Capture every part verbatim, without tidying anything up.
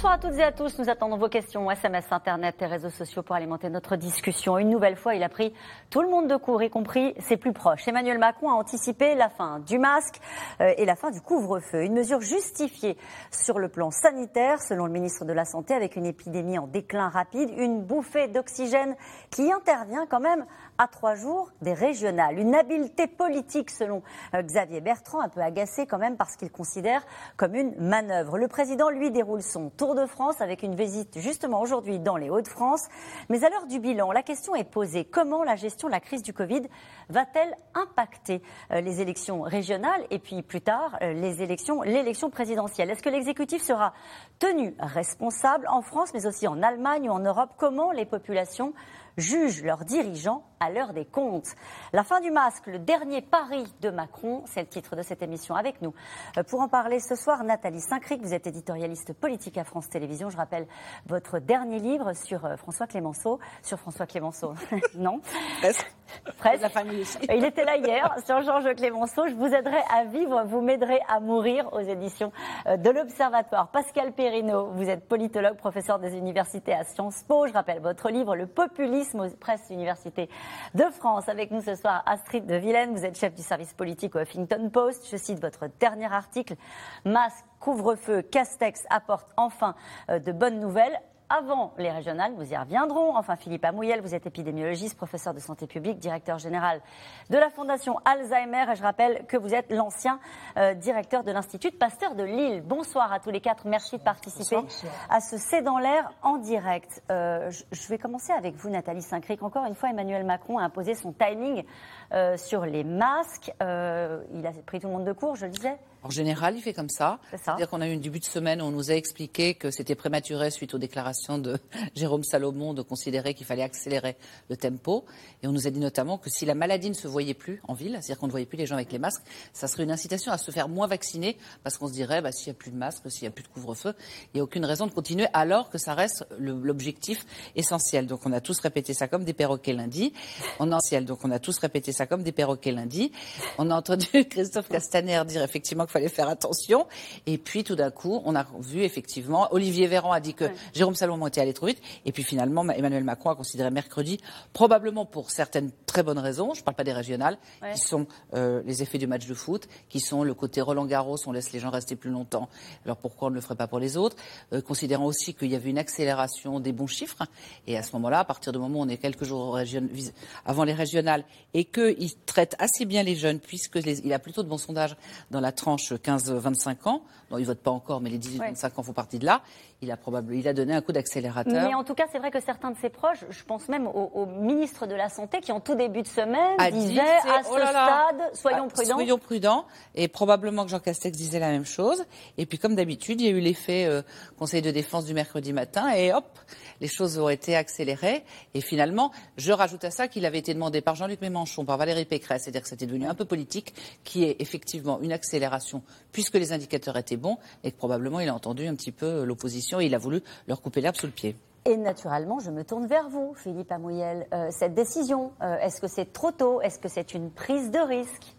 Bonsoir à toutes et à tous. Nous attendons vos questions, S M S, Internet et réseaux sociaux pour alimenter notre discussion. Une nouvelle fois, il a pris tout le monde de court, y compris ses plus proches. Emmanuel Macron a anticipé la fin du masque et la fin du couvre-feu. Une mesure justifiée sur le plan sanitaire, selon le ministre de la Santé, avec une épidémie en déclin rapide, une bouffée d'oxygène qui intervient quand même à trois jours des régionales. Une habileté politique, selon Xavier Bertrand, un peu agacé quand même parce qu'il considère comme une manœuvre. Le président, lui, déroule son Tour de France avec une visite justement aujourd'hui dans les Hauts-de-France. Mais à l'heure du bilan, la question est posée. Comment la gestion de la crise du Covid va-t-elle impacter les élections régionales et puis plus tard les élections, l'élection présidentielle? Est-ce que l'exécutif sera tenu responsable en France mais aussi en Allemagne ou en Europe? Comment les populations jugent leurs dirigeants à l'heure des comptes? La fin du masque, le dernier pari de Macron, c'est le titre de cette émission. Avec nous, pour en parler ce soir, Nathalie Saint-Cric, vous êtes éditorialiste politique à France Télévisions. Je rappelle votre dernier livre sur François Clémenceau. Sur François Clémenceau, non Presque. Presque. La famille aussi. Il était là hier, sur Georges Clémenceau. Je vous aiderai à vivre, vous m'aiderez à mourir aux éditions de l'Observatoire. Pascal Perrineau, vous êtes politologue, professeur des universités à Sciences Po. Je rappelle votre livre, Le populisme aux presses universités de France. Avec nous ce soir, Astrid de Vilaine, vous êtes chef du service politique au Huffington Post. Je cite votre dernier article, Masque, couvre-feu, Castex apporte enfin de bonnes nouvelles. Avant les régionales, nous y reviendrons. Enfin, Philippe Amouyel, vous êtes épidémiologiste, professeur de santé publique, directeur général de la Fondation Alzheimer. Et je rappelle que vous êtes l'ancien euh, directeur de l'Institut Pasteur de Lille. Bonsoir à tous les quatre. Merci de participer bonsoir, bonsoir. à ce C'est dans l'air en direct. Euh, je, je vais commencer avec vous, Nathalie Saint-Cric. Encore une fois, Emmanuel Macron a imposé son timing euh, sur les masques. Euh, il a pris tout le monde de court, je le disais. En général, il fait comme ça. C'est ça. C'est-à-dire qu'on a eu un début de semaine où on nous a expliqué que c'était prématuré suite aux déclarations de Jérôme Salomon de considérer qu'il fallait accélérer le tempo. Et on nous a dit notamment que si la maladie ne se voyait plus en ville, c'est-à-dire qu'on ne voyait plus les gens avec les masques, ça serait une incitation à se faire moins vacciner parce qu'on se dirait, bah, s'il n'y a plus de masque, s'il n'y a plus de couvre-feu, il n'y a aucune raison de continuer alors que ça reste le, l'objectif essentiel. Donc on a tous répété ça comme des perroquets lundi. On a, donc on a tous répété ça comme des perroquets lundi. On a entendu Christophe Castaner dire effectivement qu'il fallait faire attention. Et puis, tout d'un coup, on a vu, effectivement, Olivier Véran a dit que ouais. Jérôme Salomon était allé trop vite. Et puis, finalement, Emmanuel Macron a considéré mercredi, probablement pour certaines très bonnes raisons, je ne parle pas des régionales, ouais. qui sont euh, les effets du match de foot, qui sont le côté Roland-Garros, on laisse les gens rester plus longtemps. Alors, pourquoi on ne le ferait pas pour les autres? euh, Considérant aussi qu'il y avait une accélération des bons chiffres. Et à ce moment-là, à partir du moment où on est quelques jours région... avant les régionales et qu'il traite assez bien les jeunes, puisqu'il a plutôt de bons sondages dans la tranche quinze vingt-cinq ans, non, il ne vote pas encore, mais les dix-huit vingt-cinq ouais. ans font partie de là, il a, probable, il a donné un coup d'accélérateur. Mais en tout cas, c'est vrai que certains de ses proches, je pense même au, au ministre de la Santé, qui en tout début de semaine a disait dit, à oh ce là là, stade, soyons ah, prudents. Soyons prudents, et probablement que Jean Castex disait la même chose. Et puis comme d'habitude, il y a eu l'effet euh, Conseil de défense du mercredi matin, et hop, les choses ont été accélérées. Et finalement, je rajoute à ça qu'il avait été demandé par Jean-Luc Mélenchon, par Valérie Pécresse, c'est-à-dire que c'était devenu un peu politique, qui est effectivement une accélération, puisque les indicateurs étaient bons, et que probablement il a entendu un petit peu l'opposition et il a voulu leur couper l'herbe sous le pied. Et naturellement, je me tourne vers vous, Philippe Amouyel. Euh, cette décision, euh, est-ce que c'est trop tôt? Est-ce que c'est une prise de risque?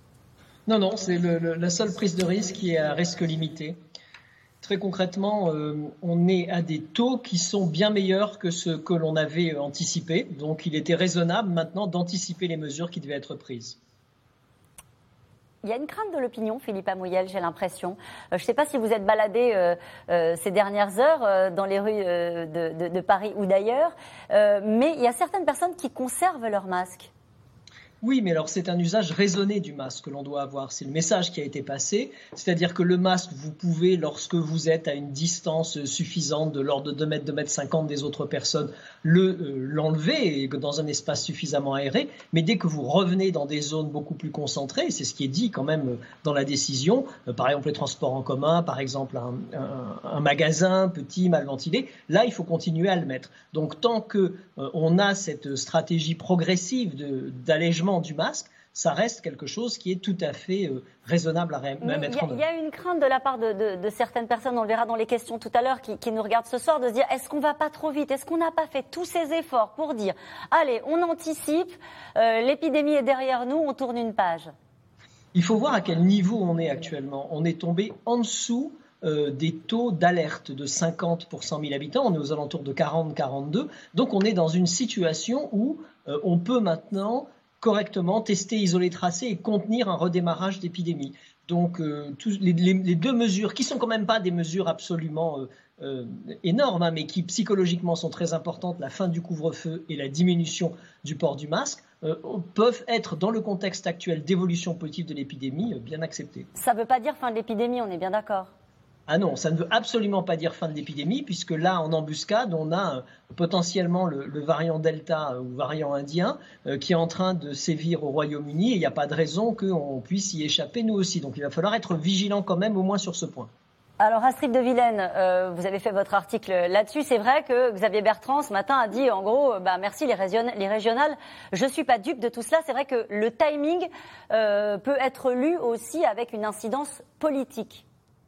Non, non, c'est le, le, la seule prise de risque qui est à risque limité. Très concrètement, euh, on est à des taux qui sont bien meilleurs que ce que l'on avait anticipé. Donc il était raisonnable maintenant d'anticiper les mesures qui devaient être prises. Il y a une crainte de l'opinion, Philippe Amouyel, j'ai l'impression. Euh, je ne sais pas si vous êtes baladé euh, euh, ces dernières heures euh, dans les rues euh, de, de, de Paris ou d'ailleurs, euh, mais il y a certaines personnes qui conservent leur masque. Oui, mais alors c'est un usage raisonné du masque que l'on doit avoir. C'est le message qui a été passé. C'est-à-dire que le masque, vous pouvez, lorsque vous êtes à une distance suffisante de l'ordre de deux mètres, deux mètres cinquante des autres personnes, le, euh, l'enlever dans un espace suffisamment aéré. Mais dès que vous revenez dans des zones beaucoup plus concentrées, c'est ce qui est dit quand même dans la décision, euh, par exemple les transports en commun, par exemple un, un, un magasin petit, mal ventilé, là il faut continuer à le mettre. Donc tant que euh, on a cette stratégie progressive de, d'allègement du masque, ça reste quelque chose qui est tout à fait euh, raisonnable à ré- mettre en œuvre. Il y a une crainte de la part de, de, de certaines personnes, on le verra dans les questions tout à l'heure, qui, qui nous regardent ce soir, de se dire est-ce qu'on ne va pas trop vite? Est-ce qu'on n'a pas fait tous ces efforts pour dire allez, on anticipe, euh, l'épidémie est derrière nous, on tourne une page? Il faut voir à quel niveau on est actuellement. On est tombé en dessous euh, des taux d'alerte de cinquante pour cent mille habitants. On est aux alentours de quarante à quarante-deux. Donc on est dans une situation où euh, on peut maintenant correctement tester, isoler, tracer et contenir un redémarrage d'épidémie. Donc euh, tous les, les, les deux mesures, qui sont quand même pas des mesures absolument euh, euh, énormes, hein, mais qui psychologiquement sont très importantes, la fin du couvre-feu et la diminution du port du masque, euh, peuvent être, dans le contexte actuel d'évolution positive de l'épidémie, euh, bien acceptées. Ça ne veut pas dire fin de l'épidémie, on est bien d'accord? Ah non, ça ne veut absolument pas dire fin de l'épidémie, puisque là, en embuscade, on a euh, potentiellement le, le variant Delta euh, ou variant indien euh, qui est en train de sévir au Royaume-Uni, et il n'y a pas de raison qu'on puisse y échapper nous aussi. Donc il va falloir être vigilant quand même, au moins sur ce point. Alors Astrid de Vilaine, euh, vous avez fait votre article là-dessus. C'est vrai que Xavier Bertrand ce matin a dit en gros, bah merci les, région- les régionales. Je suis pas dupe de tout cela. C'est vrai que le timing euh, peut être lu aussi avec une incidence politique.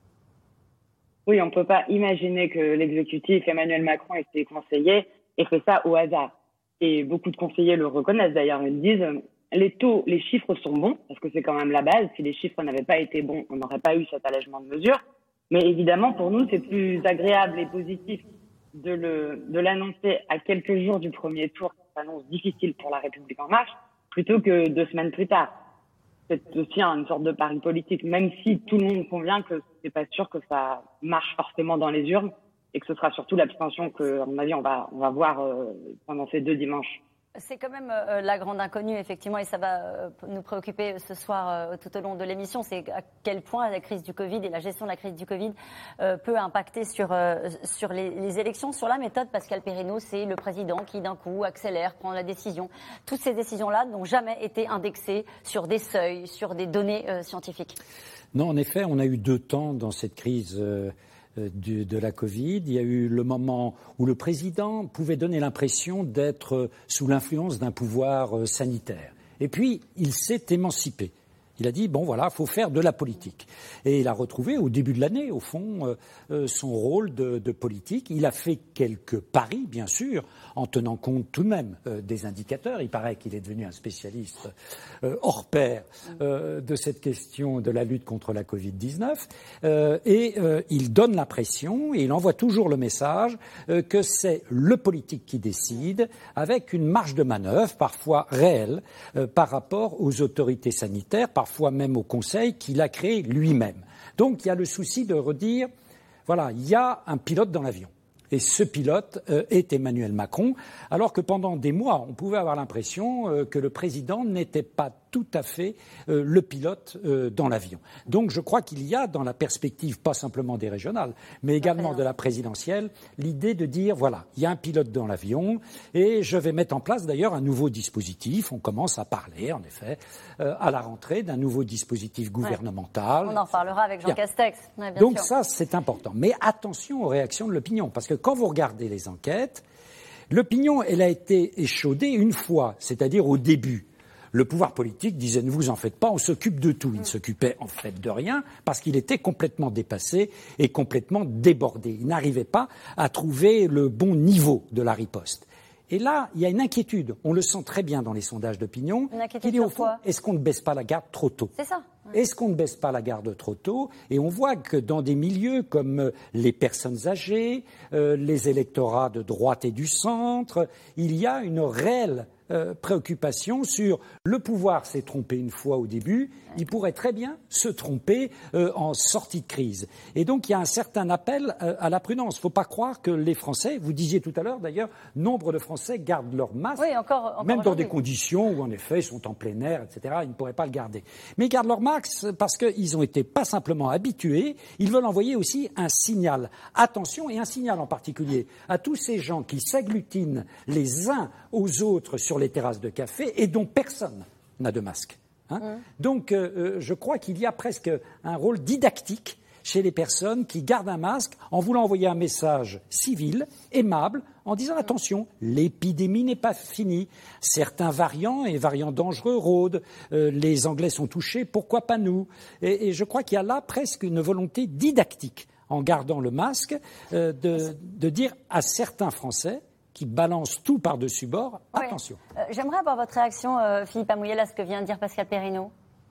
Oui, on ne peut pas imaginer que l'exécutif, Emmanuel Macron et ses conseillers aient fait ça au hasard. Et beaucoup de conseillers le reconnaissent d'ailleurs. Ils disent les taux, les chiffres sont bons, parce que c'est quand même la base. Si les chiffres n'avaient pas été bons, on n'aurait pas eu cet allègement de mesures. Mais évidemment, pour nous, c'est plus agréable et positif de, le, de l'annoncer à quelques jours du premier tour, qui s'annonce difficile pour la République en marche, plutôt que deux semaines plus tard. C'est aussi une sorte de pari politique, même si tout le monde convient que c'est pas sûr que ça marche forcément dans les urnes et que ce sera surtout l'abstention que, à mon avis, on va, on va voir euh, pendant ces deux dimanches. C'est quand même euh, la grande inconnue, effectivement, et ça va euh, nous préoccuper ce soir euh, tout au long de l'émission. C'est à quel point la crise du Covid et la gestion de la crise du Covid euh, peut impacter sur, euh, sur les, les élections. Sur la méthode, Pascal Perrineau, c'est le président qui, d'un coup, accélère, prend la décision. Toutes ces décisions-là n'ont jamais été indexées sur des seuils, sur des données euh, scientifiques. Non, en effet, on a eu deux temps dans cette crise euh, de, de la Covid. Il y a eu le moment où le président pouvait donner l'impression d'être sous l'influence d'un pouvoir euh, sanitaire. Et puis, il s'est émancipé. Il a dit, bon voilà, il faut faire de la politique. Et il a retrouvé au début de l'année, au fond, euh, euh, son rôle de, de politique. Il a fait quelques paris, bien sûr, en tenant compte tout de même euh, des indicateurs. Il paraît qu'il est devenu un spécialiste euh, hors pair euh, de cette question de la lutte contre la covid dix-neuf. Euh, et euh, il donne l'impression, et il envoie toujours le message, euh, que c'est le politique qui décide, avec une marge de manœuvre, parfois réelle, euh, par rapport aux autorités sanitaires, par parfois même au Conseil, qu'il a créé lui-même. Donc il y a le souci de redire, voilà, il y a un pilote dans l'avion. Et ce pilote euh, est Emmanuel Macron, alors que pendant des mois, on pouvait avoir l'impression euh, que le président n'était pas tout à fait euh, le pilote euh, dans l'avion. Donc je crois qu'il y a dans la perspective, pas simplement des régionales, mais également de la présidentielle, l'idée de dire, voilà, il y a un pilote dans l'avion et je vais mettre en place d'ailleurs un nouveau dispositif. On commence à parler, en effet, euh, à la rentrée d'un nouveau dispositif gouvernemental. Ouais. On en parlera avec Jean bien. Castex. Ouais, bien Donc sûr. ça, c'est important. Mais attention aux réactions de l'opinion, parce que quand vous regardez les enquêtes, l'opinion, elle a été échaudée une fois, c'est-à-dire au début. Le pouvoir politique disait « ne vous en faites pas, on s'occupe de tout ». Il ne s'occupait en fait de rien parce qu'il était complètement dépassé et complètement débordé. Il n'arrivait pas à trouver le bon niveau de la riposte. Et là, il y a une inquiétude. On le sent très bien dans les sondages d'opinion. Une inquiétude qui est au sur quoi ? Est-ce qu'on ne baisse pas la garde trop tôt ? C'est ça. Est-ce qu'on ne baisse pas la garde trop tôt ? Et on voit que dans des milieux comme les personnes âgées, euh, les électorats de droite et du centre, il y a une réelle euh, préoccupation sur le pouvoir s'est trompé une fois au début, il pourrait très bien se tromper euh, en sortie de crise. Et donc il y a un certain appel euh, à la prudence. Il ne faut pas croire que les Français, vous disiez tout à l'heure d'ailleurs, nombre de Français gardent leur masque, oui, encore, encore même dans aujourd'hui. des conditions où en effet ils sont en plein air, et cetera. Ils ne pourraient pas le garder. Mais ils gardent leur masque parce qu'ils ont été pas simplement habitués, ils veulent envoyer aussi un signal. Attention, et un signal en particulier à tous ces gens qui s'agglutinent les uns aux autres sur les terrasses de café et dont personne n'a de masque. Hein mmh. Donc, euh, je crois qu'il y a presque un rôle didactique chez les personnes qui gardent un masque en voulant envoyer un message civil, aimable, en disant attention, l'épidémie n'est pas finie. Certains variants et variants dangereux rôdent. Euh, les Anglais sont touchés, pourquoi pas nous ? et, et je crois qu'il y a là presque une volonté didactique, en gardant le masque, euh, de, de dire à certains Français qui balance tout par-dessus bord, ouais. attention. Euh, j'aimerais avoir votre réaction, euh, Philippe Amouyel, à ce que vient de dire Pascal Perrineau.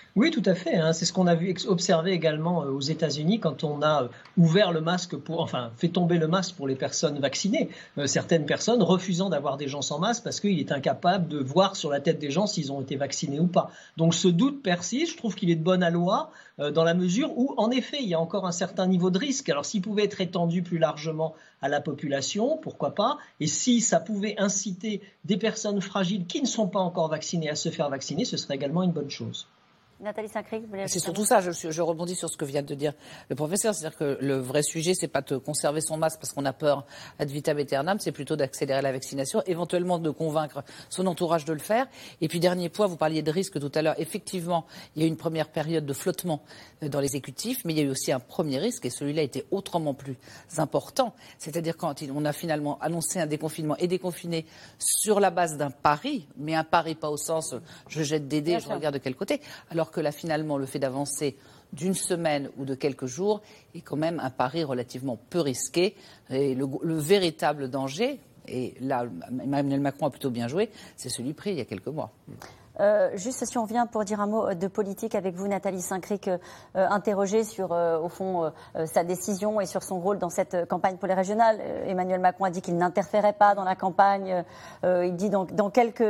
Oui, tout à fait. Hein. C'est ce qu'on a vu observer également aux États-Unis quand on a ouvert le masque pour, enfin, fait tomber le masque pour les personnes vaccinées. Euh, certaines personnes refusant d'avoir des gens sans masque parce qu'il est incapable de voir sur la tête des gens s'ils ont été vaccinés ou pas. Donc ce doute persiste. Je trouve qu'il est de bonne loi euh, dans la mesure où, en effet, il y a encore un certain niveau de risque. Alors s'il pouvait être étendu plus largement à la population, pourquoi pas. Et si ça pouvait inciter des personnes fragiles qui ne sont pas encore vaccinées à se faire vacciner, ce serait également une bonne chose. Nathalie Saint-Cricq, vous voulez C'est surtout ça, je, je rebondis sur ce que vient de dire le professeur, c'est-à-dire que le vrai sujet, c'est pas de conserver son masque parce qu'on a peur ad vitam aeternam, c'est plutôt d'accélérer la vaccination, éventuellement de convaincre son entourage de le faire. Et puis dernier point, vous parliez de risque tout à l'heure, effectivement, il y a eu une première période de flottement dans l'exécutif, mais il y a eu aussi un premier risque, et celui-là était autrement plus important, c'est-à-dire quand on a finalement annoncé un déconfinement et déconfiné sur la base d'un pari, mais un pari pas au sens je jette des dés, je regarde de quel côté, alors que là, finalement, le fait d'avancer d'une semaine ou de quelques jours est quand même un pari relativement peu risqué. Et le, le véritable danger, et là, Emmanuel Macron a plutôt bien joué, c'est celui pris il y a quelques mois. Euh, juste si on vient pour dire un mot de politique avec vous, Nathalie Saint-Cricq, euh, interrogée sur, euh, au fond, euh, sa décision et sur son rôle dans cette campagne pour les régionales. Euh, Emmanuel Macron a dit qu'il n'interférait pas dans la campagne. Euh, il dit dans, dans quelques...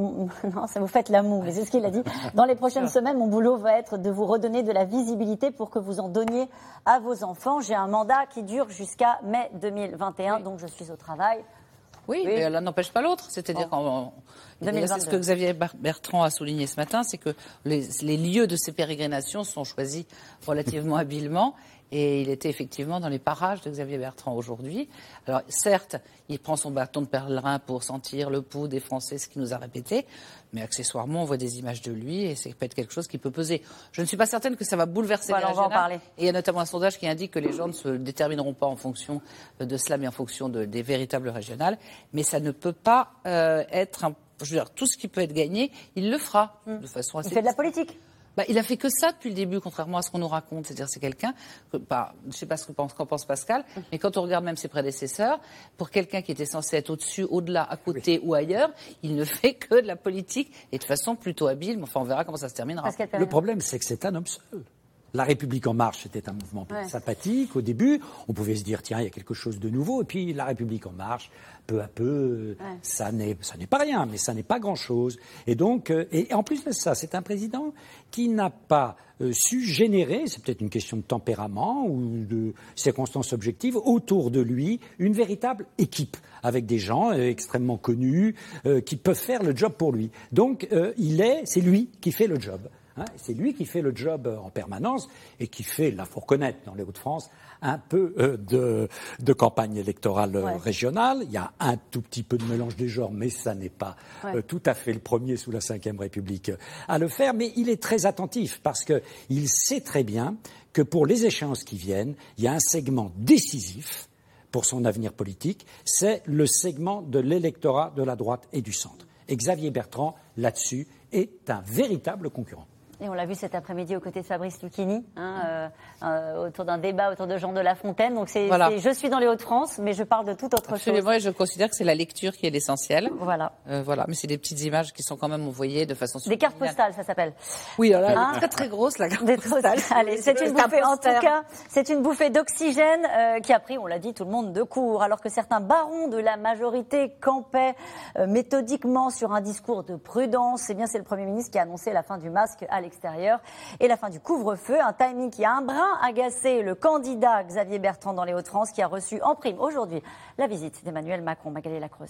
Non, ça vous fait la moue, mais c'est ce qu'il a dit. Dans les prochaines semaines, mon boulot va être de vous redonner de la visibilité pour que vous en donniez à vos enfants. J'ai un mandat qui dure jusqu'à mai deux mille vingt et un, oui. Donc je suis au travail. Oui, oui, mais l'un n'empêche pas l'autre. C'est-à-dire oh. qu'en c'est ce que Xavier Bertrand a souligné ce matin, c'est que les, les lieux de ces pérégrinations sont choisis relativement habilement. Et il était effectivement dans les parages de Xavier Bertrand aujourd'hui. Alors certes, il prend son bâton de pèlerin pour sentir le pouls des Français, ce qu'il nous a répété, mais accessoirement, on voit des images de lui et c'est peut-être quelque chose qui peut peser. Je ne suis pas certaine que ça va bouleverser voilà, les régionales. On va en parler. Et il y a notamment un sondage qui indique que les gens ne se détermineront pas en fonction de cela, mais en fonction de, des véritables régionales. Mais ça ne peut pas euh, être, un, je veux dire, tout ce qui peut être gagné, il le fera mmh. de façon assez... Il fait de la politique. Bah, il a fait que ça depuis le début, contrairement à ce qu'on nous raconte. C'est-à-dire, c'est quelqu'un, que, bah, je ne sais pas ce qu'en pense, qu'en pense Pascal, mais quand on regarde même ses prédécesseurs, pour quelqu'un qui était censé être au-dessus, au-delà, à côté oui. ou ailleurs, il ne fait que de la politique et de façon plutôt habile. Mais enfin, on verra comment ça se terminera. Le problème, c'est que c'est un homme seul. La République En Marche, c'était un mouvement ouais. sympathique. Au début, on pouvait se dire, tiens, il y a quelque chose de nouveau. Et puis, la République En Marche, peu à peu, ouais. ça n'est, ça n'est pas rien, mais ça n'est pas grand-chose. Et donc, euh, et en plus de ça, c'est un président qui n'a pas euh, su générer, c'est peut-être une question de tempérament ou de circonstances objectives, autour de lui, une véritable équipe, avec des gens euh, extrêmement connus, euh, qui peuvent faire le job pour lui. Donc, euh, il est, c'est lui qui fait le job. Hein, c'est lui qui fait le job en permanence et qui fait, là, faut reconnaître, dans les Hauts-de-France, un peu euh, de, de campagne électorale euh, ouais. régionale. Il y a un tout petit peu de mélange des genres, mais ça n'est pas ouais. euh, tout à fait le premier sous la Cinquième République euh, à le faire. Mais il est très attentif parce qu'il sait très bien que pour les échéances qui viennent, il y a un segment décisif pour son avenir politique, c'est le segment de l'électorat de la droite et du centre. Et Xavier Bertrand, là-dessus, est un véritable concurrent. Et on l'a vu cet après-midi aux côtés de Fabrice Lucchini, hein, euh, euh, autour d'un débat autour de Jean de La Fontaine. Donc c'est, voilà. c'est je suis dans les Hauts-de-France, mais je parle de toute autre Absolument, chose. Et je considère que c'est la lecture qui est l'essentielle. Voilà. Euh, voilà, mais c'est des petites images qui sont quand même envoyées de façon. Des cartes postales, ça s'appelle. Oui, alors là, hein, elle est très très grosse la carte des postale. Allez, c'est une bouffée. En tout cas, c'est une bouffée d'oxygène euh, qui a pris, on l'a dit, tout le monde de court, alors que certains barons de la majorité campaient euh, méthodiquement sur un discours de prudence. Eh bien, c'est le Premier ministre qui a annoncé la fin du masque à l'extérieur. Et la fin du couvre-feu, un timing qui a un brin agacé le candidat Xavier Bertrand dans les Hauts-de-France qui a reçu en prime aujourd'hui la visite d'Emmanuel Macron. Magali Lacreuse.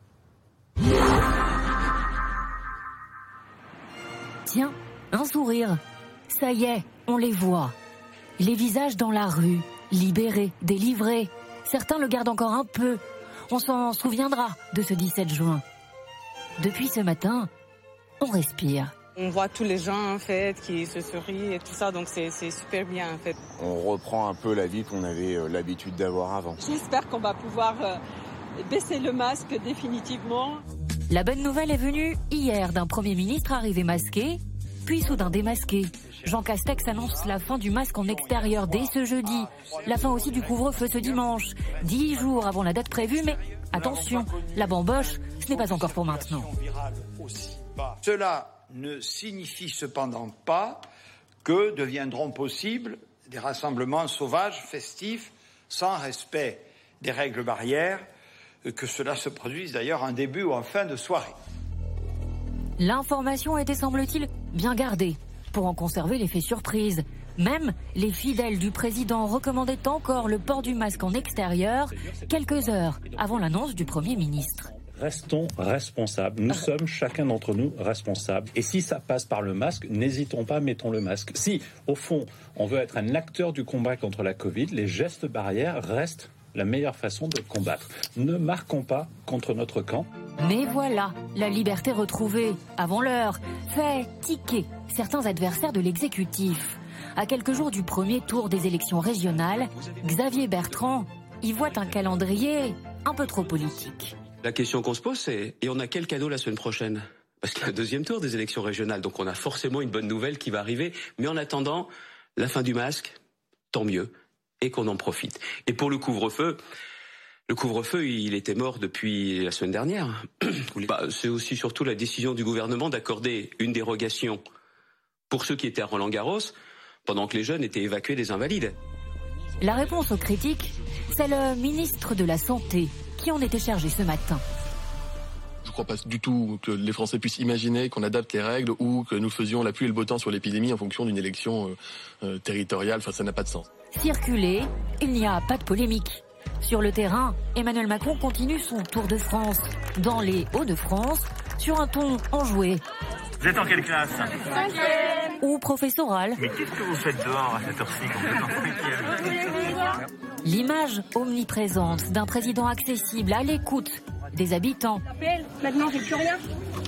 Tiens, un sourire. Ça y est, on les voit. Les visages dans la rue, libérés, délivrés. Certains le gardent encore un peu. On s'en souviendra de ce dix-sept juin. Depuis ce matin, on respire. On voit tous les gens en fait qui se sourient et tout ça, donc c'est, c'est super bien en fait. On reprend un peu la vie qu'on avait euh, l'habitude d'avoir avant. J'espère qu'on va pouvoir euh, baisser le masque définitivement. La bonne nouvelle est venue hier d'un Premier ministre arrivé masqué, puis soudain démasqué. Jean Castex annonce la fin du masque en extérieur dès ce jeudi. La fin aussi du couvre-feu ce dimanche. Dix jours avant la date prévue, mais attention, la bamboche, ce n'est pas encore pour maintenant. Cela ne signifie cependant pas que deviendront possibles des rassemblements sauvages, festifs, sans respect des règles barrières, que cela se produise d'ailleurs en début ou en fin de soirée. L'information était, semble-t-il, bien gardée pour en conserver l'effet surprise. Même les fidèles du président recommandaient encore le port du masque en extérieur quelques heures avant l'annonce du Premier ministre. Restons responsables. Nous sommes, chacun d'entre nous, responsables. Et si ça passe par le masque, n'hésitons pas, mettons le masque. Si, au fond, on veut être un acteur du combat contre la Covid, les gestes barrières restent la meilleure façon de combattre. Ne marquons pas contre notre camp. Mais voilà, la liberté retrouvée, avant l'heure, fait tiquer certains adversaires de l'exécutif. À quelques jours du premier tour des élections régionales, Xavier Bertrand y voit un calendrier un peu trop politique. La question qu'on se pose, c'est et on a quel cadeau la semaine prochaine ? Parce qu'il y a un deuxième tour des élections régionales, donc on a forcément une bonne nouvelle qui va arriver. Mais en attendant, la fin du masque, tant mieux, et qu'on en profite. Et pour le couvre-feu, le couvre-feu, il était mort depuis la semaine dernière. Bah, c'est aussi surtout la décision du gouvernement d'accorder une dérogation pour ceux qui étaient à Roland-Garros, pendant que les jeunes étaient évacués des Invalides. La réponse aux critiques, c'est le ministre de la Santé qui en était chargé ce matin. Je ne crois pas du tout que les Français puissent imaginer qu'on adapte les règles ou que nous faisions la pluie et le beau temps sur l'épidémie en fonction d'une élection euh, euh, territoriale. Enfin, ça n'a pas de sens. Circuler, il n'y a pas de polémique. Sur le terrain, Emmanuel Macron continue son tour de France. Dans les Hauts-de-France, sur un ton enjoué. Vous êtes en quelle classe ? Cinquième. Ou professoral. Mais qu'est-ce que vous faites dehors à cette heure-ci quand vous êtes en cinquième ? L'image omniprésente d'un président accessible, à l'écoute des habitants. Maintenant, j'ai plus rien.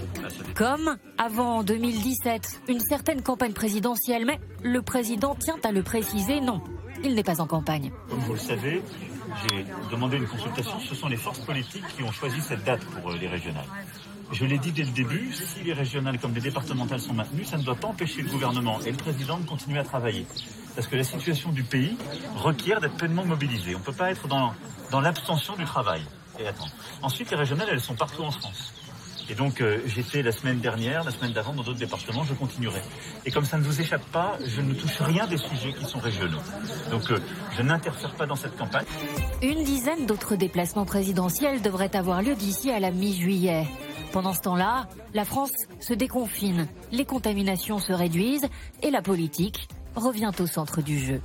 Comme avant deux mille dix-sept, une certaine campagne présidentielle, mais le président tient à le préciser, non, il n'est pas en campagne. Comme vous le savez, j'ai demandé une consultation, ce sont les forces politiques qui ont choisi cette date pour les régionales. Je l'ai dit dès le début, si les régionales comme les départementales sont maintenues, ça ne doit pas empêcher le gouvernement et le président de continuer à travailler. Parce que la situation du pays requiert d'être pleinement mobilisée. On ne peut pas être dans, dans l'abstention du travail et attendre. Ensuite, les régionales, elles sont partout en France. Et donc, euh, j'étais la semaine dernière, la semaine d'avant, dans d'autres départements, je continuerai. Et comme ça ne vous échappe pas, je ne touche rien des sujets qui sont régionaux. Donc, euh, je n'interfère pas dans cette campagne. Une dizaine d'autres déplacements présidentiels devraient avoir lieu d'ici à la mi-juillet. Pendant ce temps-là, la France se déconfine, les contaminations se réduisent et la politique revient au centre du jeu.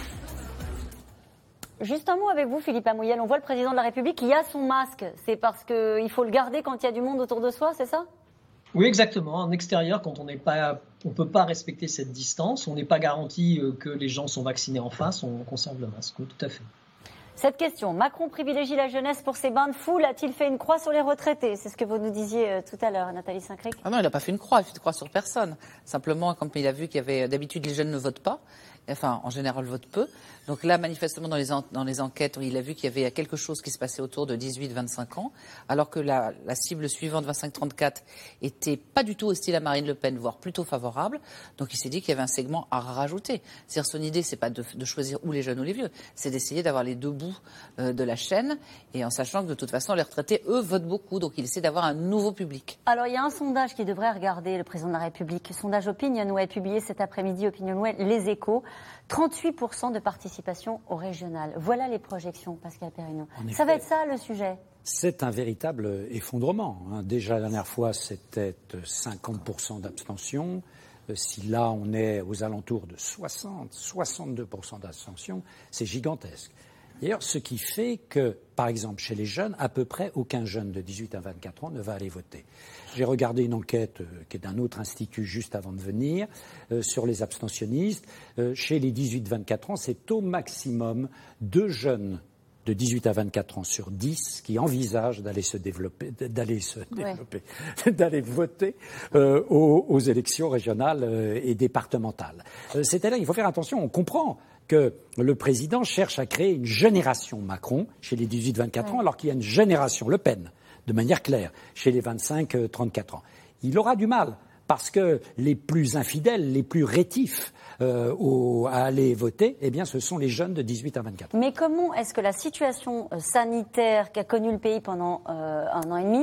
Juste un mot avec vous, Philippe Amouyel. On voit le président de la République qui a son masque. C'est parce qu'il faut le garder quand il y a du monde autour de soi, c'est ça ? Oui, exactement. En extérieur, quand on n'est pas, on peut pas respecter cette distance, on n'est pas garanti que les gens sont vaccinés en face, on conserve le masque. Oui, tout à fait. Cette question, Macron privilégie la jeunesse pour ses bains de foule, a-t-il fait une croix sur les retraités ? C'est ce que vous nous disiez tout à l'heure, Nathalie Saint-Cric. Ah non, il n'a pas fait une croix, il fait une croix sur personne. Simplement, comme il a vu qu'il y avait, d'habitude, les jeunes ne votent pas. Enfin, en général, votent peu. Donc là, manifestement, dans les, en, dans les enquêtes, il a vu qu'il y avait quelque chose qui se passait autour de dix-huit à vingt-cinq ans, alors que la, la cible suivante, vingt-cinq à trente-quatre, était pas du tout hostile à Marine Le Pen, voire plutôt favorable. Donc il s'est dit qu'il y avait un segment à rajouter. C'est-à-dire, son idée, c'est pas de, de choisir ou les jeunes ou les vieux, c'est d'essayer d'avoir les deux bouts euh, de la chaîne, et en sachant que de toute façon, les retraités, eux, votent beaucoup. Donc il essaie d'avoir un nouveau public. Alors, il y a un sondage qui devrait regarder le président de la République. Sondage Opinionway, publié cet après-midi, Opinionway, Les Échos. trente-huit pour cent de participation au régional. Voilà les projections, Pascal Perrineau. Ça va être ça, le sujet ? C'est un véritable effondrement. Hein. Déjà, la dernière fois, c'était cinquante pour cent d'abstention. Si là, on est aux alentours de soixante, soixante-deux pour cent d'abstention, c'est gigantesque. D'ailleurs, ce qui fait que, par exemple, chez les jeunes, à peu près aucun jeune de dix-huit à vingt-quatre ans ne va aller voter. J'ai regardé une enquête euh, qui est d'un autre institut juste avant de venir, euh, sur les abstentionnistes. Euh, chez les dix-huit à vingt-quatre ans, c'est au maximum deux jeunes de dix-huit à vingt-quatre ans sur dix qui envisagent d'aller se développer, d'aller se développer, ouais. d'aller voter euh, aux, aux élections régionales euh, et départementales. Euh, c'est-à-dire, il faut faire attention, on comprend que le président cherche à créer une génération Macron chez les dix-huit à vingt-quatre ouais. ans, alors qu'il y a une génération Le Pen, de manière claire, chez les vingt-cinq à trente-quatre ans. Il aura du mal, parce que les plus infidèles, les plus rétifs euh, au, à aller voter, eh bien, ce sont les jeunes de dix-huit à vingt-quatre ans. Mais comment est-ce que la situation sanitaire qu'a connue le pays pendant euh, un an et demi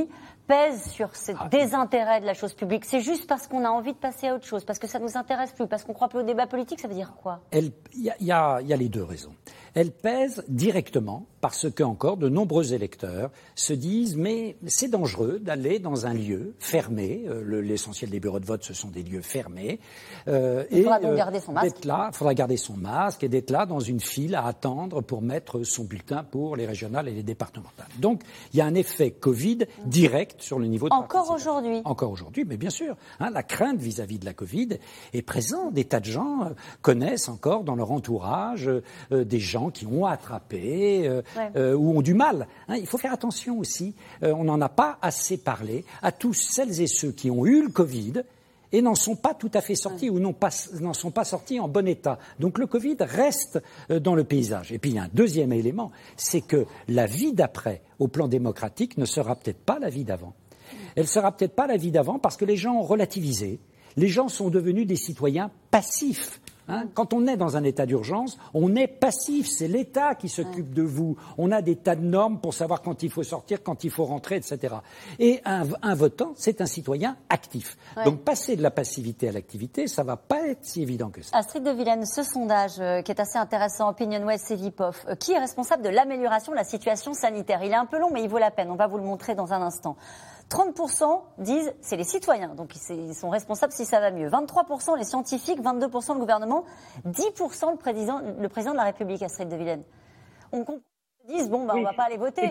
pèse sur ce ah, désintérêt de la chose publique? C'est juste parce qu'on a envie de passer à autre chose, parce que ça ne nous intéresse plus, parce qu'on croit plus au débat politique? Ça veut dire quoi? Il y, y, y a les deux raisons. Elle pèse directement parce que, encore, de nombreux électeurs se disent « mais c'est dangereux d'aller dans un lieu fermé ». Euh, l'essentiel des bureaux de vote, ce sont des lieux fermés. Euh, il faudra et, donc euh, garder son masque. Là, il faudra garder son masque et d'être là dans une file à attendre pour mettre son bulletin pour les régionales et les départementales. Donc, il y a un effet Covid direct sur le niveau de Encore aujourd'hui. Encore aujourd'hui, mais bien sûr. Hein, la crainte vis-à-vis de la Covid est présente. Des tas de gens euh, connaissent encore dans leur entourage euh, des gens qui ont attrapé euh, ouais. euh, ou ont du mal. Hein, il faut faire attention aussi, euh, on n'en a pas assez parlé, à tous celles et ceux qui ont eu le Covid et n'en sont pas tout à fait sortis ouais. ou n'en pas, n'en sont pas sortis en bon état. Donc le Covid reste euh, dans le paysage. Et puis il y a un deuxième élément, c'est que la vie d'après, au plan démocratique, ne sera peut-être pas la vie d'avant. Elle sera peut-être pas la vie d'avant parce que les gens ont relativisé. Les gens sont devenus des citoyens passifs. Hein, quand on est dans un état d'urgence, on est passif, c'est l'État qui s'occupe de vous. On a des tas de normes pour savoir quand il faut sortir, quand il faut rentrer, et cetera. Et un, un votant, c'est un citoyen actif. Ouais. Donc passer de la passivité à l'activité, ça va pas être si évident que ça. Astrid de Vilaine, ce sondage euh, qui est assez intéressant, OpinionWay, Cevipof, euh, qui est responsable de l'amélioration de la situation sanitaire? Il est un peu long, mais il vaut la peine. On va vous le montrer dans un instant. trente pour cent disent c'est les citoyens, donc ils sont responsables si ça va mieux. vingt-trois pour cent les scientifiques, vingt-deux pour cent le gouvernement, dix pour cent le président, le président de la République, Astrid de Vilaine. On comprend qu'ils disent bon, bah, oui. on va pas aller voter.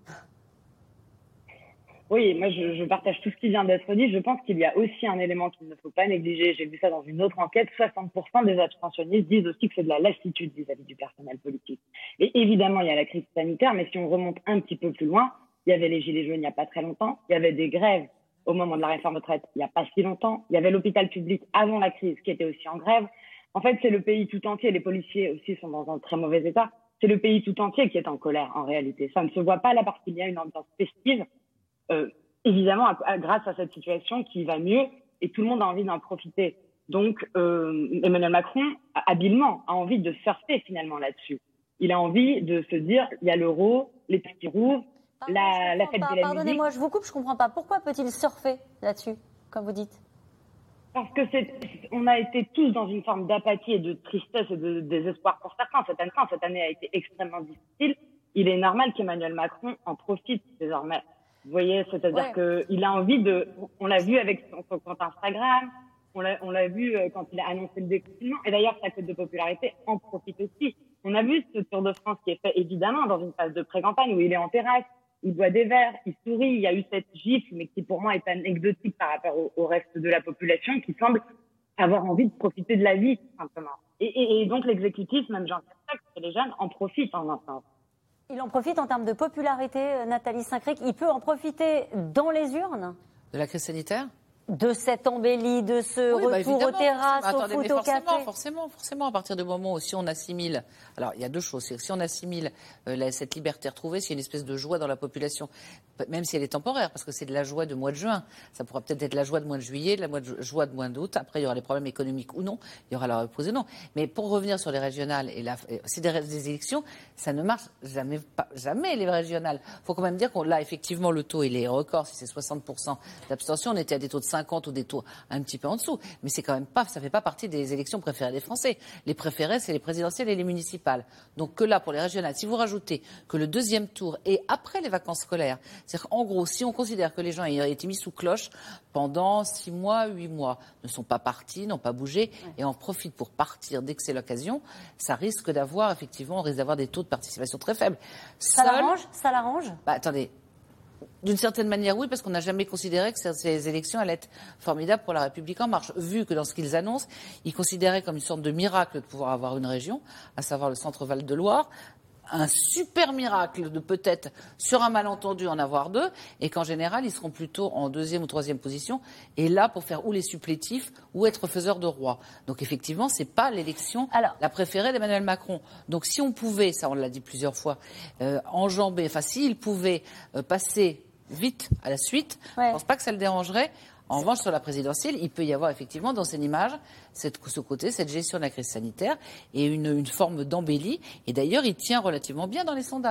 Oui, moi je, je partage tout ce qui vient d'être dit. Je pense qu'il y a aussi un élément qu'il ne faut pas négliger. J'ai vu ça dans une autre enquête. soixante pour cent des abstentionnistes disent aussi que c'est de la lassitude vis-à-vis du personnel politique. Et évidemment, il y a la crise sanitaire, mais si on remonte un petit peu plus loin, il y avait les gilets jaunes il n'y a pas très longtemps. Il y avait des grèves au moment de la réforme de retraite il n'y a pas si longtemps. Il y avait l'hôpital public avant la crise qui était aussi en grève. En fait, c'est le pays tout entier. Les policiers aussi sont dans un très mauvais état. C'est le pays tout entier qui est en colère en réalité. Ça ne se voit pas là parce qu'il y a une ambiance festive. Euh, évidemment, à, à, grâce à cette situation qui va mieux et tout le monde a envie d'en profiter. Donc, euh, Emmanuel Macron, habilement, a envie de surfer finalement là-dessus. Il a envie de se dire, il y a l'euro, les petits rouges, la, la fête pas, de la Pardonnez-moi, musique. je vous coupe, je comprends pas. Pourquoi peut-il surfer là-dessus, comme vous dites? Parce que c'est, on a été tous dans une forme d'apathie et de tristesse et de désespoir pour certains. Cette année, cette année a été extrêmement difficile. Il est normal qu'Emmanuel Macron en profite désormais. Vous voyez, c'est-à-dire ouais. qu'il a envie de, on l'a vu avec son, son compte Instagram, on l'a, on l'a vu quand il a annoncé le déconfinement, et d'ailleurs sa cote de popularité en profite aussi. On a vu ce Tour de France qui est fait évidemment dans une phase de pré-campagne où il est en terrasse, il boit des verres, il sourit, il y a eu cette gifle, mais qui pour moi est anecdotique par rapport au, au reste de la population, qui semble avoir envie de profiter de la vie, tout simplement. Et, et, et donc l'exécutif, même Jean Castex, et les jeunes, en profitent en un sens. Il en profite en termes de popularité, Nathalie Saint-Cric. Il peut en profiter dans les urnes? De la crise sanitaire? De cette embellie, de ce oui, retour bah aux terrasses, Attendez, au foot, mais au forcément, café. Forcément, forcément, à partir du moment où si on assimile... Alors, il y a deux choses. C'est que si on assimile euh, la, cette liberté retrouvée, s'il y a une espèce de joie dans la population, même si elle est temporaire, parce que c'est de la joie de mois de juin, ça pourra peut-être être la joie de mois de juillet, la joie de mois d'août. Après, il y aura les problèmes économiques ou non. Il y aura la repose ou non. Mais pour revenir sur les régionales, et la, c'est des, des élections, ça ne marche jamais, pas, jamais les régionales. Il faut quand même dire qu'on là, effectivement, le taux, il est record. Si c'est soixante pour cent d'abstention, on était à des taux de cinquante ou des taux un petit peu en dessous, mais c'est quand même pas, ça fait pas partie des élections préférées des Français. Les préférées, c'est les présidentielles et les municipales. Donc que là, pour les régionales, si vous rajoutez que le deuxième tour est après les vacances scolaires, c'est-à-dire qu'en gros, si on considère que les gens aient été mis sous cloche pendant six mois, huit mois, ne sont pas partis, n'ont pas bougé, ouais. et en profitent pour partir dès que c'est l'occasion, ça risque d'avoir, effectivement, on risque d'avoir des taux de participation très faibles. Ça Seul, l'arrange Ça l'arrange bah, attendez. D'une certaine manière, oui, parce qu'on n'a jamais considéré que ces élections allaient être formidables pour la République en marche, vu que dans ce qu'ils annoncent, ils considéraient comme une sorte de miracle de pouvoir avoir une région, à savoir le Centre-Val de Loire, un super miracle de peut-être, sur un malentendu, en avoir deux, et qu'en général, ils seront plutôt en deuxième ou troisième position, et là, pour faire ou les supplétifs, ou être faiseurs de roi. Donc effectivement, c'est pas l'élection Alors, la préférée d'Emmanuel Macron. Donc si on pouvait, ça on l'a dit plusieurs fois, euh, enjamber, enfin s'il pouvait euh, passer vite à la suite, ouais. je ne pense pas que ça le dérangerait. En revanche, sur la présidentielle, il peut y avoir effectivement dans cette image, cette, ce côté, cette gestion de la crise sanitaire et une, une forme d'embellie. Et d'ailleurs, il tient relativement bien dans les sondages.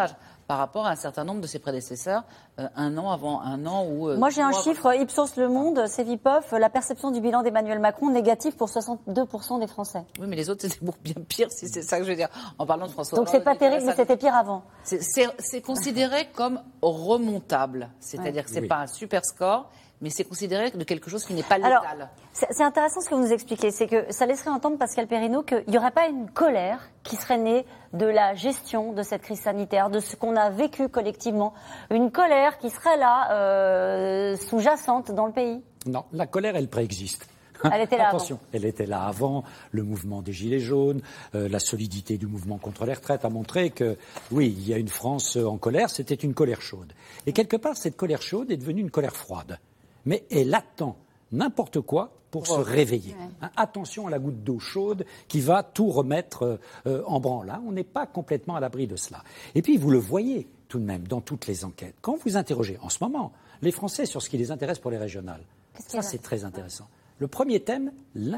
par rapport à un certain nombre de ses prédécesseurs, euh, un an avant, un an ou... Euh, Moi, j'ai un chiffre, Ipsos Le Monde, Cevipof, la perception du bilan d'Emmanuel Macron négative pour soixante-deux pour cent des Français. Oui, mais les autres, c'était bien pire, si c'est ça que je veux dire, en parlant de François Donc, Hollande. c'est pas terrible, mais c'était pire avant. C'est, c'est, c'est considéré comme remontable, c'est-à-dire que c'est oui. pas un super score, mais c'est considéré de quelque chose qui n'est pas létal. Alors, c'est, c'est intéressant ce que vous nous expliquez, c'est que ça laisserait entendre, Pascal Perrineau, qu'il n'y aurait pas une colère qui serait née de la gestion de cette crise sanitaire, de ce qu'on a vécu collectivement, une colère qui serait là, euh, sous-jacente dans le pays. Non, la colère, elle préexiste. Elle était là Attention, avant. elle était là avant. Le mouvement des Gilets jaunes, euh, la solidité du mouvement contre les retraites a montré que, oui, il y a une France en colère, c'était une colère chaude. Et quelque part, cette colère chaude est devenue une colère froide. Mais elle attend n'importe quoi pour oh, se réveiller. Ouais. Hein, attention à la goutte d'eau chaude qui va tout remettre euh, en branle. Hein. On n'est pas complètement à l'abri de cela. Et puis, vous le voyez tout de même dans toutes les enquêtes. Quand vous interrogez en ce moment les Français sur ce qui les intéresse pour les régionales, ça, c'est très intéressant. Le premier thème,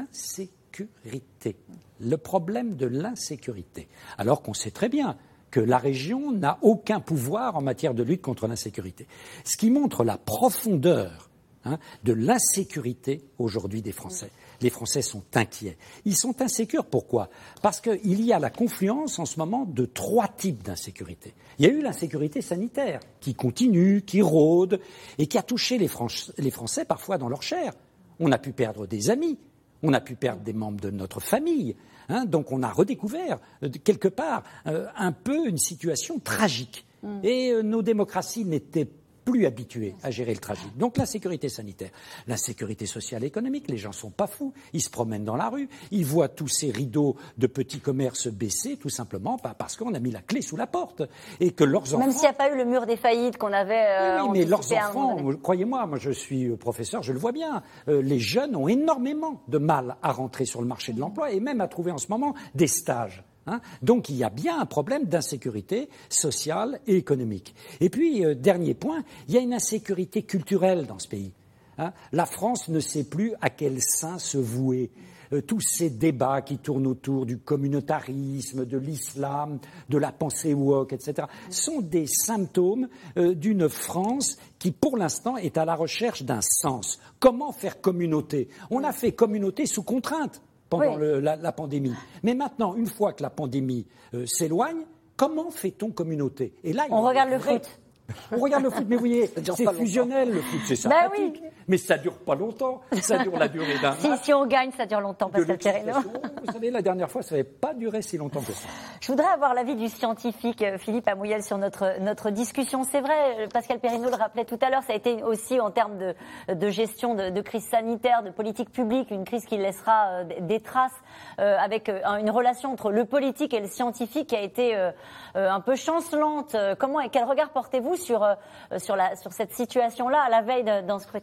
l'insécurité. Le problème de l'insécurité. Alors qu'on sait très bien que la région n'a aucun pouvoir en matière de lutte contre l'insécurité. Ce qui montre la profondeur hein, de l'insécurité aujourd'hui des Français. Les Français sont inquiets. Ils sont insécures, pourquoi ? Parce qu'il y a la confluence en ce moment de trois types d'insécurité. Il y a eu l'insécurité sanitaire qui continue, qui rôde et qui a touché les, Fran- les Français parfois dans leur chair. On a pu perdre des amis, on a pu perdre des membres de notre famille. Hein, donc on a redécouvert, euh, quelque part, euh, un peu une situation tragique. Mmh. Et euh, nos démocraties n'étaient plus habitués à gérer le tragique. Donc l'insécurité sanitaire, l'insécurité sociale et économique, les gens sont pas fous, ils se promènent dans la rue, ils voient tous ces rideaux de petits commerces baisser, tout simplement parce qu'on a mis la clé sous la porte et que leurs enfants... Même s'il n'y a pas eu le mur des faillites qu'on avait... Euh, oui, mais leurs enfants, croyez-moi, moi je suis professeur, je le vois bien, euh, les jeunes ont énormément de mal à rentrer sur le marché de l'emploi et même à trouver en ce moment des stages. Hein, donc il y a bien un problème d'insécurité sociale et économique. Et puis, euh, dernier point, il y a une insécurité culturelle dans ce pays. Hein. La France ne sait plus à quel sein se vouer. Euh, tous ces débats qui tournent autour du communautarisme, de l'islam, de la pensée woke, et cetera, sont des symptômes euh, d'une France qui, pour l'instant, est à la recherche d'un sens. Comment faire communauté ? On a fait communauté sous contrainte pendant oui. le, la, la pandémie. Mais maintenant, une fois que la pandémie euh, s'éloigne, comment fait-on communauté ? Et là, on regarde le foot. On regarde le foot, mais vous voyez, c'est fusionnel le foot, c'est sympathique. Bah oui. Mais ça dure pas longtemps. Ça dure la durée d'un si, match. Si on gagne, ça dure longtemps, Pascal Perrineau. Vous savez, la dernière fois, ça n'avait pas duré si longtemps que ça. Je voudrais avoir l'avis du scientifique Philippe Amouyel sur notre, notre discussion. C'est vrai, Pascal Perrineau le rappelait tout à l'heure, ça a été aussi en termes de, de gestion de, de crise sanitaire, de politique publique, une crise qui laissera des traces euh, avec une relation entre le politique et le scientifique qui a été euh, un peu chancelante. Comment et quel regard portez-vous sur, sur, la, sur cette situation-là à la veille d'un scrutin ?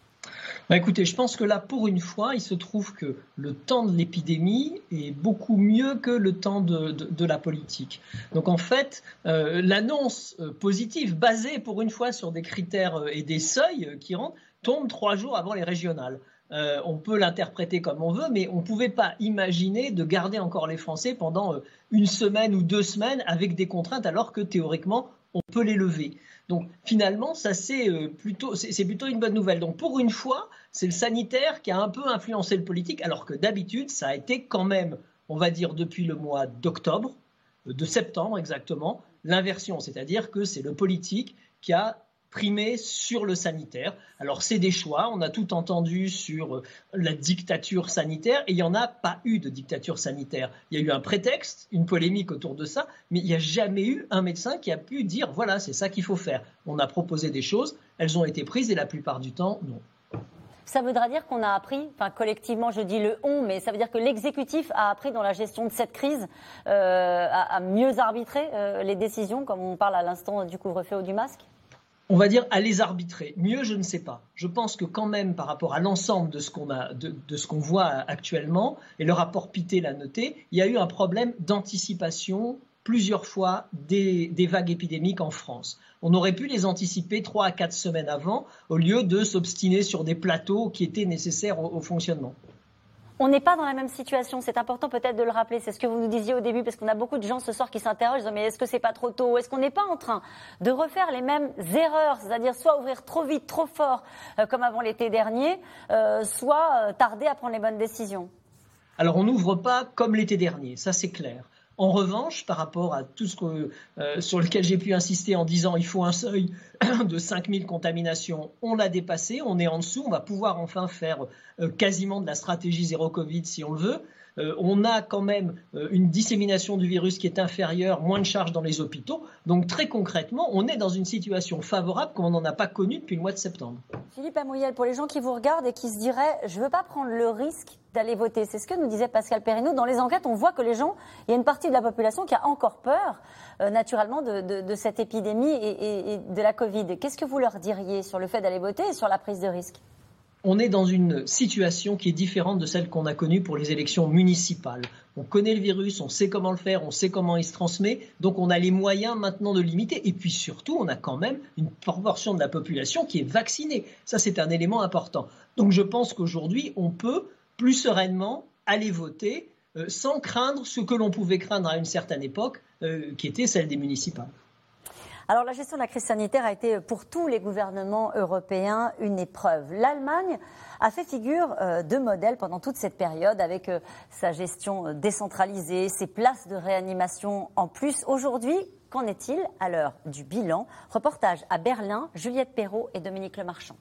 Bah écoutez, je pense que là, pour une fois, il se trouve que le temps de l'épidémie est beaucoup mieux que le temps de, de, de la politique. Donc en fait, euh, l'annonce positive, basée pour une fois sur des critères et des seuils qui rentrent, tombe trois jours avant les régionales. Euh, on peut l'interpréter comme on veut, mais on ne pouvait pas imaginer de garder encore les Français pendant euh, une semaine ou deux semaines avec des contraintes, alors que théoriquement, on peut les lever. Donc finalement, ça c'est euh, plutôt, c'est, c'est plutôt une bonne nouvelle. Donc pour une fois, c'est le sanitaire qui a un peu influencé le politique, alors que d'habitude, ça a été quand même, on va dire depuis le mois d'octobre, de septembre exactement, l'inversion. C'est-à-dire que c'est le politique qui a primé sur le sanitaire. Alors c'est des choix, on a tout entendu sur la dictature sanitaire et il n'y en a pas eu de dictature sanitaire. Il y a eu un prétexte, une polémique autour de ça, mais il n'y a jamais eu un médecin qui a pu dire voilà, c'est ça qu'il faut faire. On a proposé des choses, elles ont été prises et la plupart du temps, non. Ça voudra dire qu'on a appris, enfin collectivement je dis le on, mais ça veut dire que l'exécutif a appris dans la gestion de cette crise euh, à, à mieux arbitrer euh, les décisions, comme on parle à l'instant du couvre-feu ou du masque ? On va dire à les arbitrer. Mieux, je ne sais pas. Je pense que quand même, par rapport à l'ensemble de ce qu'on a, de, de ce qu'on voit actuellement, et le rapport Pittet l'a noté, il y a eu un problème d'anticipation plusieurs fois des, des vagues épidémiques en France. On aurait pu les anticiper trois à quatre semaines avant, au lieu de s'obstiner sur des plateaux qui étaient nécessaires au, au fonctionnement. On n'est pas dans la même situation, c'est important peut-être de le rappeler, c'est ce que vous nous disiez au début, parce qu'on a beaucoup de gens ce soir qui s'interrogent, disant, mais est-ce que c'est pas trop tôt? Est-ce qu'on n'est pas en train de refaire les mêmes erreurs, c'est-à-dire soit ouvrir trop vite, trop fort, euh, comme avant l'été dernier, euh, soit euh, tarder à prendre les bonnes décisions? Alors on n'ouvre pas comme l'été dernier, ça c'est clair. En revanche, par rapport à tout ce que, euh, sur lequel j'ai pu insister en disant il faut un seuil de cinq mille contaminations, on l'a dépassé, on est en dessous, on va pouvoir enfin faire euh, quasiment de la stratégie zéro Covid si on le veut. Euh, on a quand même euh, une dissémination du virus qui est inférieure, moins de charges dans les hôpitaux. Donc très concrètement, on est dans une situation favorable comme on n'en a pas connue depuis le mois de septembre. Philippe Amouyel, pour les gens qui vous regardent et qui se diraient « je ne veux pas prendre le risque d'aller voter », c'est ce que nous disait Pascal Perrineau. Dans les enquêtes, on voit que les gens, il y a une partie de la population qui a encore peur, euh, naturellement, de, de, de cette épidémie et, et, et de la Covid. Qu'est-ce que vous leur diriez sur le fait d'aller voter et sur la prise de risque ? On est dans une situation qui est différente de celle qu'on a connue pour les élections municipales. On connaît le virus, on sait comment le faire, on sait comment il se transmet, donc on a les moyens maintenant de le limiter. Et puis surtout, on a quand même une proportion de la population qui est vaccinée. Ça, c'est un élément important. Donc je pense qu'aujourd'hui, on peut plus sereinement aller voter euh, sans craindre ce que l'on pouvait craindre à une certaine époque, euh, qui était celle des municipales. Alors la gestion de la crise sanitaire a été pour tous les gouvernements européens une épreuve. L'Allemagne a fait figure de modèle pendant toute cette période avec sa gestion décentralisée, ses places de réanimation en plus. Aujourd'hui, qu'en est-il à l'heure du bilan? Reportage à Berlin, Juliette Perrault et Dominique Lemarchand.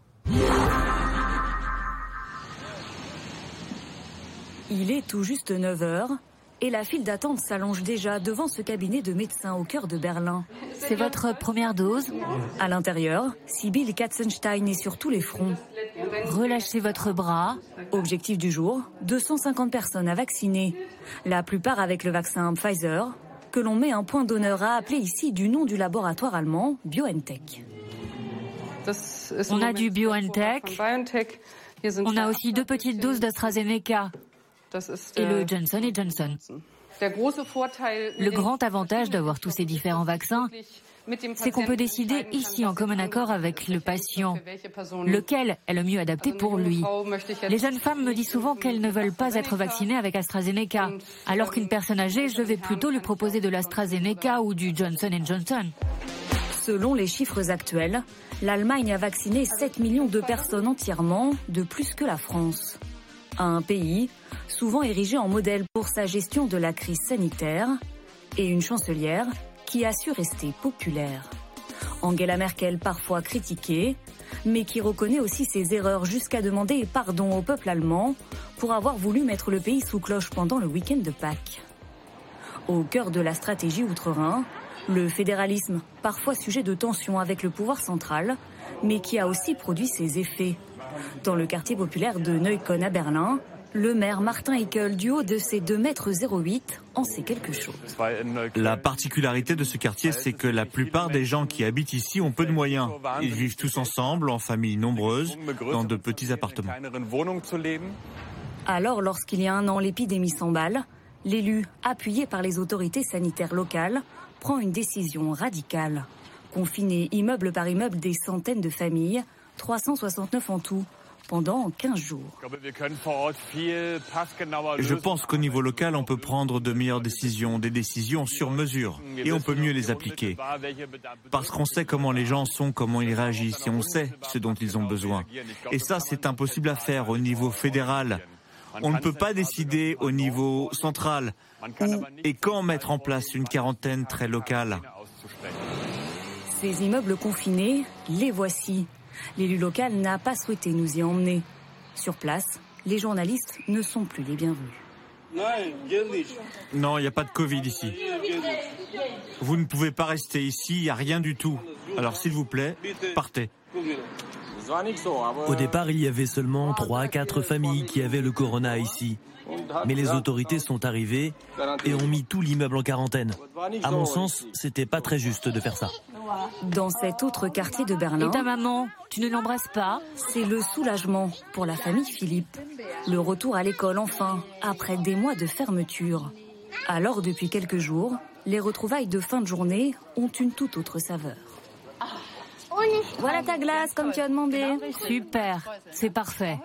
Il est tout juste neuf heures. Et la file d'attente s'allonge déjà devant ce cabinet de médecins au cœur de Berlin. C'est votre première dose? À l'intérieur, Sibylle Katzenstein est sur tous les fronts. Relâchez votre bras. Objectif du jour, deux cent cinquante personnes à vacciner. La plupart avec le vaccin Pfizer, que l'on met un point d'honneur à appeler ici du nom du laboratoire allemand BioNTech. On a du BioNTech. On a aussi deux petites doses d'AstraZeneca. Et le Johnson et Johnson. Le grand avantage d'avoir tous ces différents vaccins, c'est qu'on peut décider ici en commun accord avec le patient lequel est le mieux adapté pour lui. Les jeunes femmes me disent souvent qu'elles ne veulent pas être vaccinées avec AstraZeneca, alors qu'une personne âgée, je vais plutôt lui proposer de l'AstraZeneca ou du Johnson et Johnson. Selon les chiffres actuels, l'Allemagne a vacciné sept millions de personnes entièrement, de plus que la France. Un pays souvent érigé en modèle pour sa gestion de la crise sanitaire et une chancelière qui a su rester populaire. Angela Merkel, parfois critiquée, mais qui reconnaît aussi ses erreurs jusqu'à demander pardon au peuple allemand pour avoir voulu mettre le pays sous cloche pendant le week-end de Pâques. Au cœur de la stratégie outre-Rhin, le fédéralisme, parfois sujet de tension avec le pouvoir central, mais qui a aussi produit ses effets. Dans le quartier populaire de Neukölln à Berlin, le maire Martin Ickel, du haut de ses deux mètres zéro huit, en sait quelque chose. La particularité de ce quartier, c'est que la plupart des gens qui habitent ici ont peu de moyens. Ils vivent tous ensemble, en familles nombreuses, dans de petits appartements. Alors, lorsqu'il y a un an, l'épidémie s'emballe, l'élu, appuyé par les autorités sanitaires locales, prend une décision radicale. Confiner immeuble par immeuble des centaines de familles, trois cent soixante-neuf en tout, pendant quinze jours. Je pense qu'au niveau local, on peut prendre de meilleures décisions, des décisions sur mesure, et on peut mieux les appliquer. Parce qu'on sait comment les gens sont, comment ils réagissent, et on sait ce dont ils ont besoin. Et ça, c'est impossible à faire au niveau fédéral. On ne peut pas décider au niveau central, où et quand mettre en place une quarantaine très locale. Ces immeubles confinés, les voici. L'élu local n'a pas souhaité nous y emmener. Sur place, les journalistes ne sont plus les bienvenus. Non, il n'y a pas de Covid ici. Vous ne pouvez pas rester ici, il n'y a rien du tout. Alors s'il vous plaît, partez. Au départ, il y avait seulement trois à quatre familles qui avaient le corona ici. Mais les autorités sont arrivées et ont mis tout l'immeuble en quarantaine. À mon sens, c'était pas très juste de faire ça. Dans cet autre quartier de Berlin... Et ta maman, tu ne l'embrasses pas? C'est le soulagement pour la famille Philippe. Le retour à l'école enfin, après des mois de fermeture. Alors, depuis quelques jours, les retrouvailles de fin de journée ont une toute autre saveur. Voilà ta glace, comme tu as demandé. Super, c'est parfait.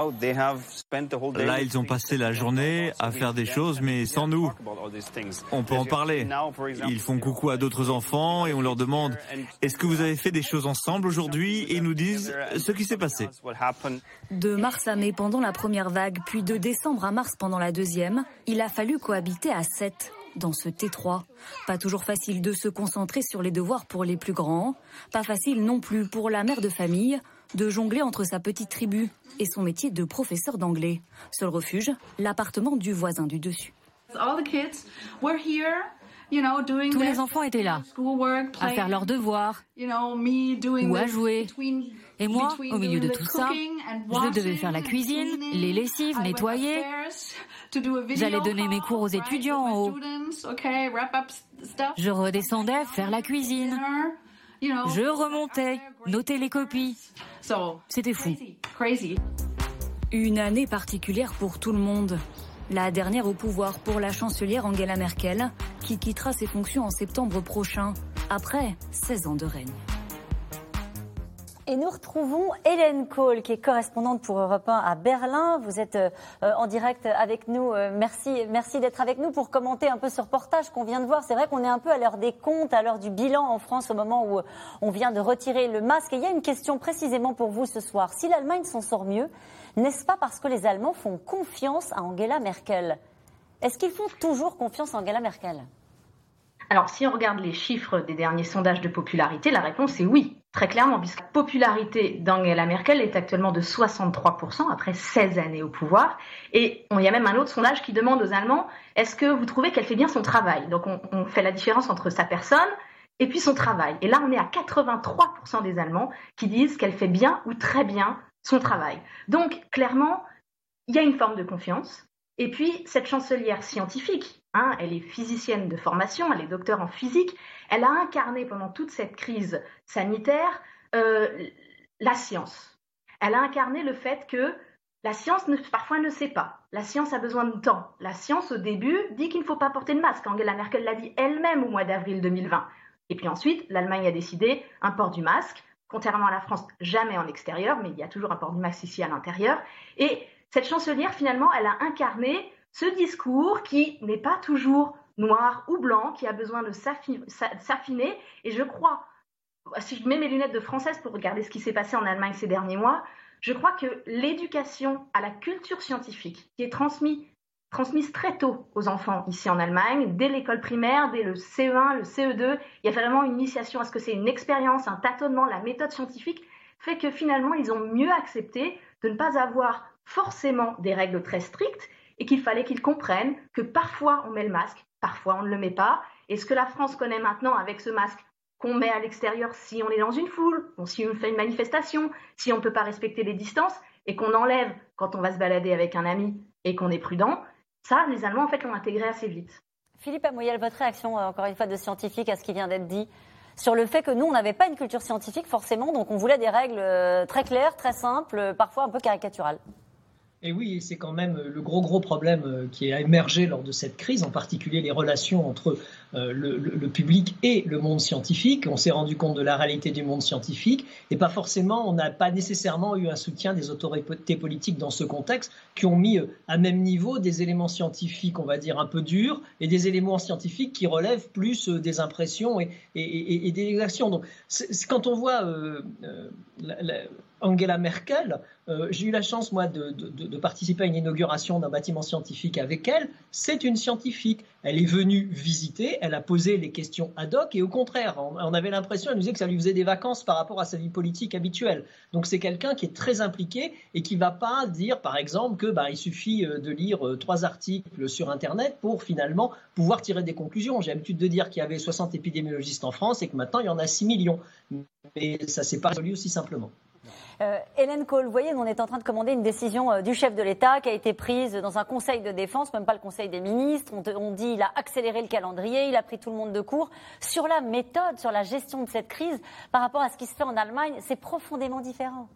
Là, ils ont passé la journée à faire des choses, mais sans nous. On peut en parler. Ils font coucou à d'autres enfants et on leur demande « Est-ce que vous avez fait des choses ensemble aujourd'hui ?» Et ils nous disent ce qui s'est passé. De mars à mai pendant la première vague, puis de décembre à mars pendant la deuxième, il a fallu cohabiter à sept dans ce T trois. Pas toujours facile de se concentrer sur les devoirs pour les plus grands. Pas facile non plus pour la mère de famille de jongler entre sa petite tribu et son métier de professeur d'anglais. Seul refuge, l'appartement du voisin du dessus. Tous les enfants étaient là, à faire leurs devoirs ou à jouer. Et moi, au milieu de tout ça, je devais faire la cuisine, les lessives, nettoyer. J'allais donner mes cours aux étudiants en haut. Je redescendais faire la cuisine. Je remontais, noter les copies. C'était fou. Une année particulière pour tout le monde. La dernière au pouvoir pour la chancelière Angela Merkel, qui quittera ses fonctions en septembre prochain, après seize ans de règne. Et nous retrouvons Hélène Cole, qui est correspondante pour Europe un à Berlin. Vous êtes euh, en direct avec nous. Euh, merci, merci d'être avec nous pour commenter un peu ce reportage qu'on vient de voir. C'est vrai qu'on est un peu à l'heure des comptes, à l'heure du bilan en France, au moment où on vient de retirer le masque. Et il y a une question précisément pour vous ce soir. Si l'Allemagne s'en sort mieux, n'est-ce pas parce que les Allemands font confiance à Angela Merkel? Est-ce qu'ils font toujours confiance à Angela Merkel? Alors, si on regarde les chiffres des derniers sondages de popularité, la réponse est oui, très clairement, puisque la popularité d'Angela Merkel est actuellement de soixante-trois pour cent après seize années au pouvoir. Et il y a même un autre sondage qui demande aux Allemands, est-ce que vous trouvez qu'elle fait bien son travail? Donc, on, on fait la différence entre sa personne et puis son travail. Et là, on est à quatre-vingt-trois pour cent des Allemands qui disent qu'elle fait bien ou très bien son travail. Donc, clairement, il y a une forme de confiance. Et puis, cette chancelière scientifique, hein, elle est physicienne de formation, elle est docteur en physique, elle a incarné pendant toute cette crise sanitaire euh, la science. Elle a incarné le fait que la science ne, parfois ne sait pas. La science a besoin de temps. La science, au début, dit qu'il ne faut pas porter de masque. Angela Merkel l'a dit elle-même au mois d'avril deux mille vingt. Et puis ensuite, l'Allemagne a décidé un port du masque. Contrairement à la France, jamais en extérieur, mais il y a toujours un port du masque ici à l'intérieur. Et cette chancelière, finalement, elle a incarné ce discours qui n'est pas toujours noir ou blanc, qui a besoin de s'affiner. Et je crois, si je mets mes lunettes de française pour regarder ce qui s'est passé en Allemagne ces derniers mois, je crois que l'éducation à la culture scientifique, qui est transmise, transmise très tôt aux enfants ici en Allemagne, dès l'école primaire, dès le C E un, le C E deux, il y a vraiment une initiation à ce que c'est une expérience, un tâtonnement, la méthode scientifique, fait que finalement, ils ont mieux accepté de ne pas avoir forcément des règles très strictes et qu'il fallait qu'ils comprennent que parfois on met le masque, parfois on ne le met pas. Et ce que la France connaît maintenant avec ce masque qu'on met à l'extérieur si on est dans une foule, si on fait une manifestation, si on ne peut pas respecter les distances et qu'on enlève quand on va se balader avec un ami et qu'on est prudent, ça, les Allemands en fait l'ont intégré assez vite. Philippe Amouyel, votre réaction, encore une fois, de scientifique à ce qui vient d'être dit sur le fait que nous, on n'avait pas une culture scientifique forcément, donc on voulait des règles très claires, très simples, parfois un peu caricaturales. Et oui, c'est quand même le gros gros problème qui a émergé lors de cette crise, en particulier les relations entre euh, le, le, le public et le monde scientifique. On s'est rendu compte de la réalité du monde scientifique et pas forcément, on n'a pas nécessairement eu un soutien des autorités politiques dans ce contexte qui ont mis à même niveau des éléments scientifiques, on va dire, un peu durs et des éléments scientifiques qui relèvent plus des impressions et, et, et, et des actions. Donc, c'est, c'est quand on voit euh, euh, la, la, Angela Merkel, euh, j'ai eu la chance, moi, de, de, de participer à une inauguration d'un bâtiment scientifique avec elle. C'est une scientifique. Elle est venue visiter, elle a posé les questions ad hoc et au contraire, on, on avait l'impression, elle nous disait que ça lui faisait des vacances par rapport à sa vie politique habituelle. Donc c'est quelqu'un qui est très impliqué et qui ne va pas dire, par exemple, que bah, il suffit de lire euh, trois articles sur Internet pour finalement pouvoir tirer des conclusions. J'ai l'habitude de dire qu'il y avait soixante épidémiologistes en France et que maintenant il y en a six millions. Mais ça ne s'est pas résolu aussi simplement. Euh, Hélène Cole, vous voyez, on est en train de commander une décision euh, du chef de l'État qui a été prise dans un conseil de défense, même pas le conseil des ministres. On, te, on dit il a accéléré le calendrier, il a pris tout le monde de court. Sur la méthode, sur la gestion de cette crise, par rapport à ce qui se fait en Allemagne, c'est profondément différent.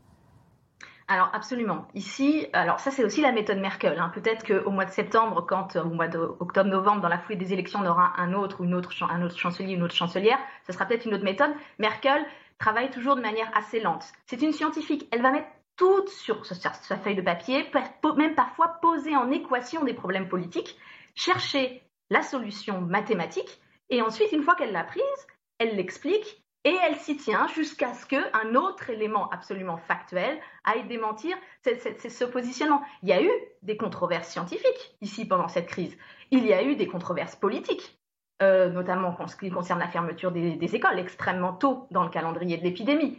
Alors absolument. Ici, alors ça c'est aussi la méthode Merkel. Hein. Peut-être qu'au mois de septembre, quand au mois d'octobre-novembre, dans la foulée des élections, on aura un autre ou une autre, un autre chancelier, une autre chancelière. Ça sera peut-être une autre méthode. Merkel travaille toujours de manière assez lente. C'est une scientifique, elle va mettre tout sur sa feuille de papier, même parfois poser en équation des problèmes politiques, chercher la solution mathématique, et ensuite, une fois qu'elle l'a prise, elle l'explique, et elle s'y tient jusqu'à ce qu'un autre élément absolument factuel aille démentir c'est, c'est, c'est ce positionnement. Il y a eu des controverses scientifiques ici pendant cette crise. Il y a eu des controverses politiques, euh, notamment en ce qui concerne la fermeture des, des écoles, extrêmement tôt dans le calendrier de l'épidémie.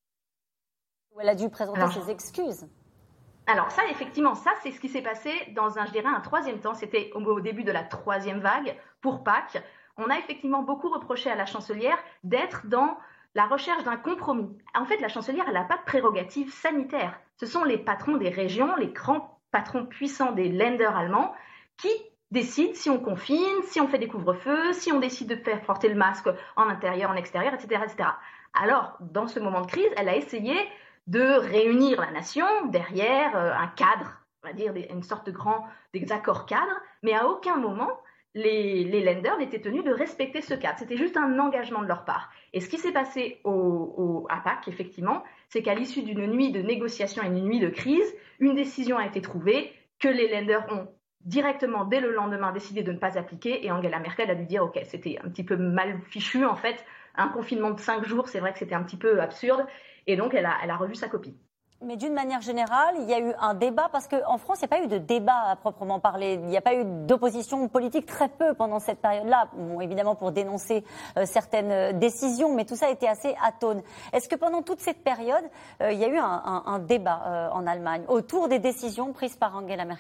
Où elle a dû présenter alors, ses excuses. Alors ça, effectivement, ça c'est ce qui s'est passé dans un, je dirais, un troisième temps. C'était au, au début de la troisième vague pour Pâques. On a effectivement beaucoup reproché à la chancelière d'être dans la recherche d'un compromis. En fait, la chancelière, elle n'a pas de prérogatives sanitaires. Ce sont les patrons des régions, les grands patrons puissants des Länder allemands qui décident si on confine, si on fait des couvre-feux, si on décide de faire porter le masque en intérieur, en extérieur, et cetera, et cetera. Alors, dans ce moment de crise, elle a essayé de réunir la nation derrière un cadre, on va dire une sorte de grand des accords cadres, mais à aucun moment les, les Länder n'étaient tenus de respecter ce cadre. C'était juste un engagement de leur part. Et ce qui s'est passé au, au, à Pâques, effectivement, c'est qu'à l'issue d'une nuit de négociation et d'une nuit de crise, une décision a été trouvée que les Länder ont directement, dès le lendemain, décidé de ne pas appliquer, et Angela Merkel a dû dire « Ok, c'était un petit peu mal fichu, en fait, un confinement de cinq jours, c'est vrai que c'était un petit peu absurde », et donc elle a, elle a revu sa copie. Mais d'une manière générale, il y a eu un débat, parce qu'en France, il n'y a pas eu de débat à proprement parler. Il n'y a pas eu d'opposition politique, très peu pendant cette période-là. Bon, évidemment, pour dénoncer euh, certaines décisions, mais tout ça était assez atone. Est-ce que pendant toute cette période, euh, il y a eu un, un, un débat euh, en Allemagne autour des décisions prises par Angela Merkel ?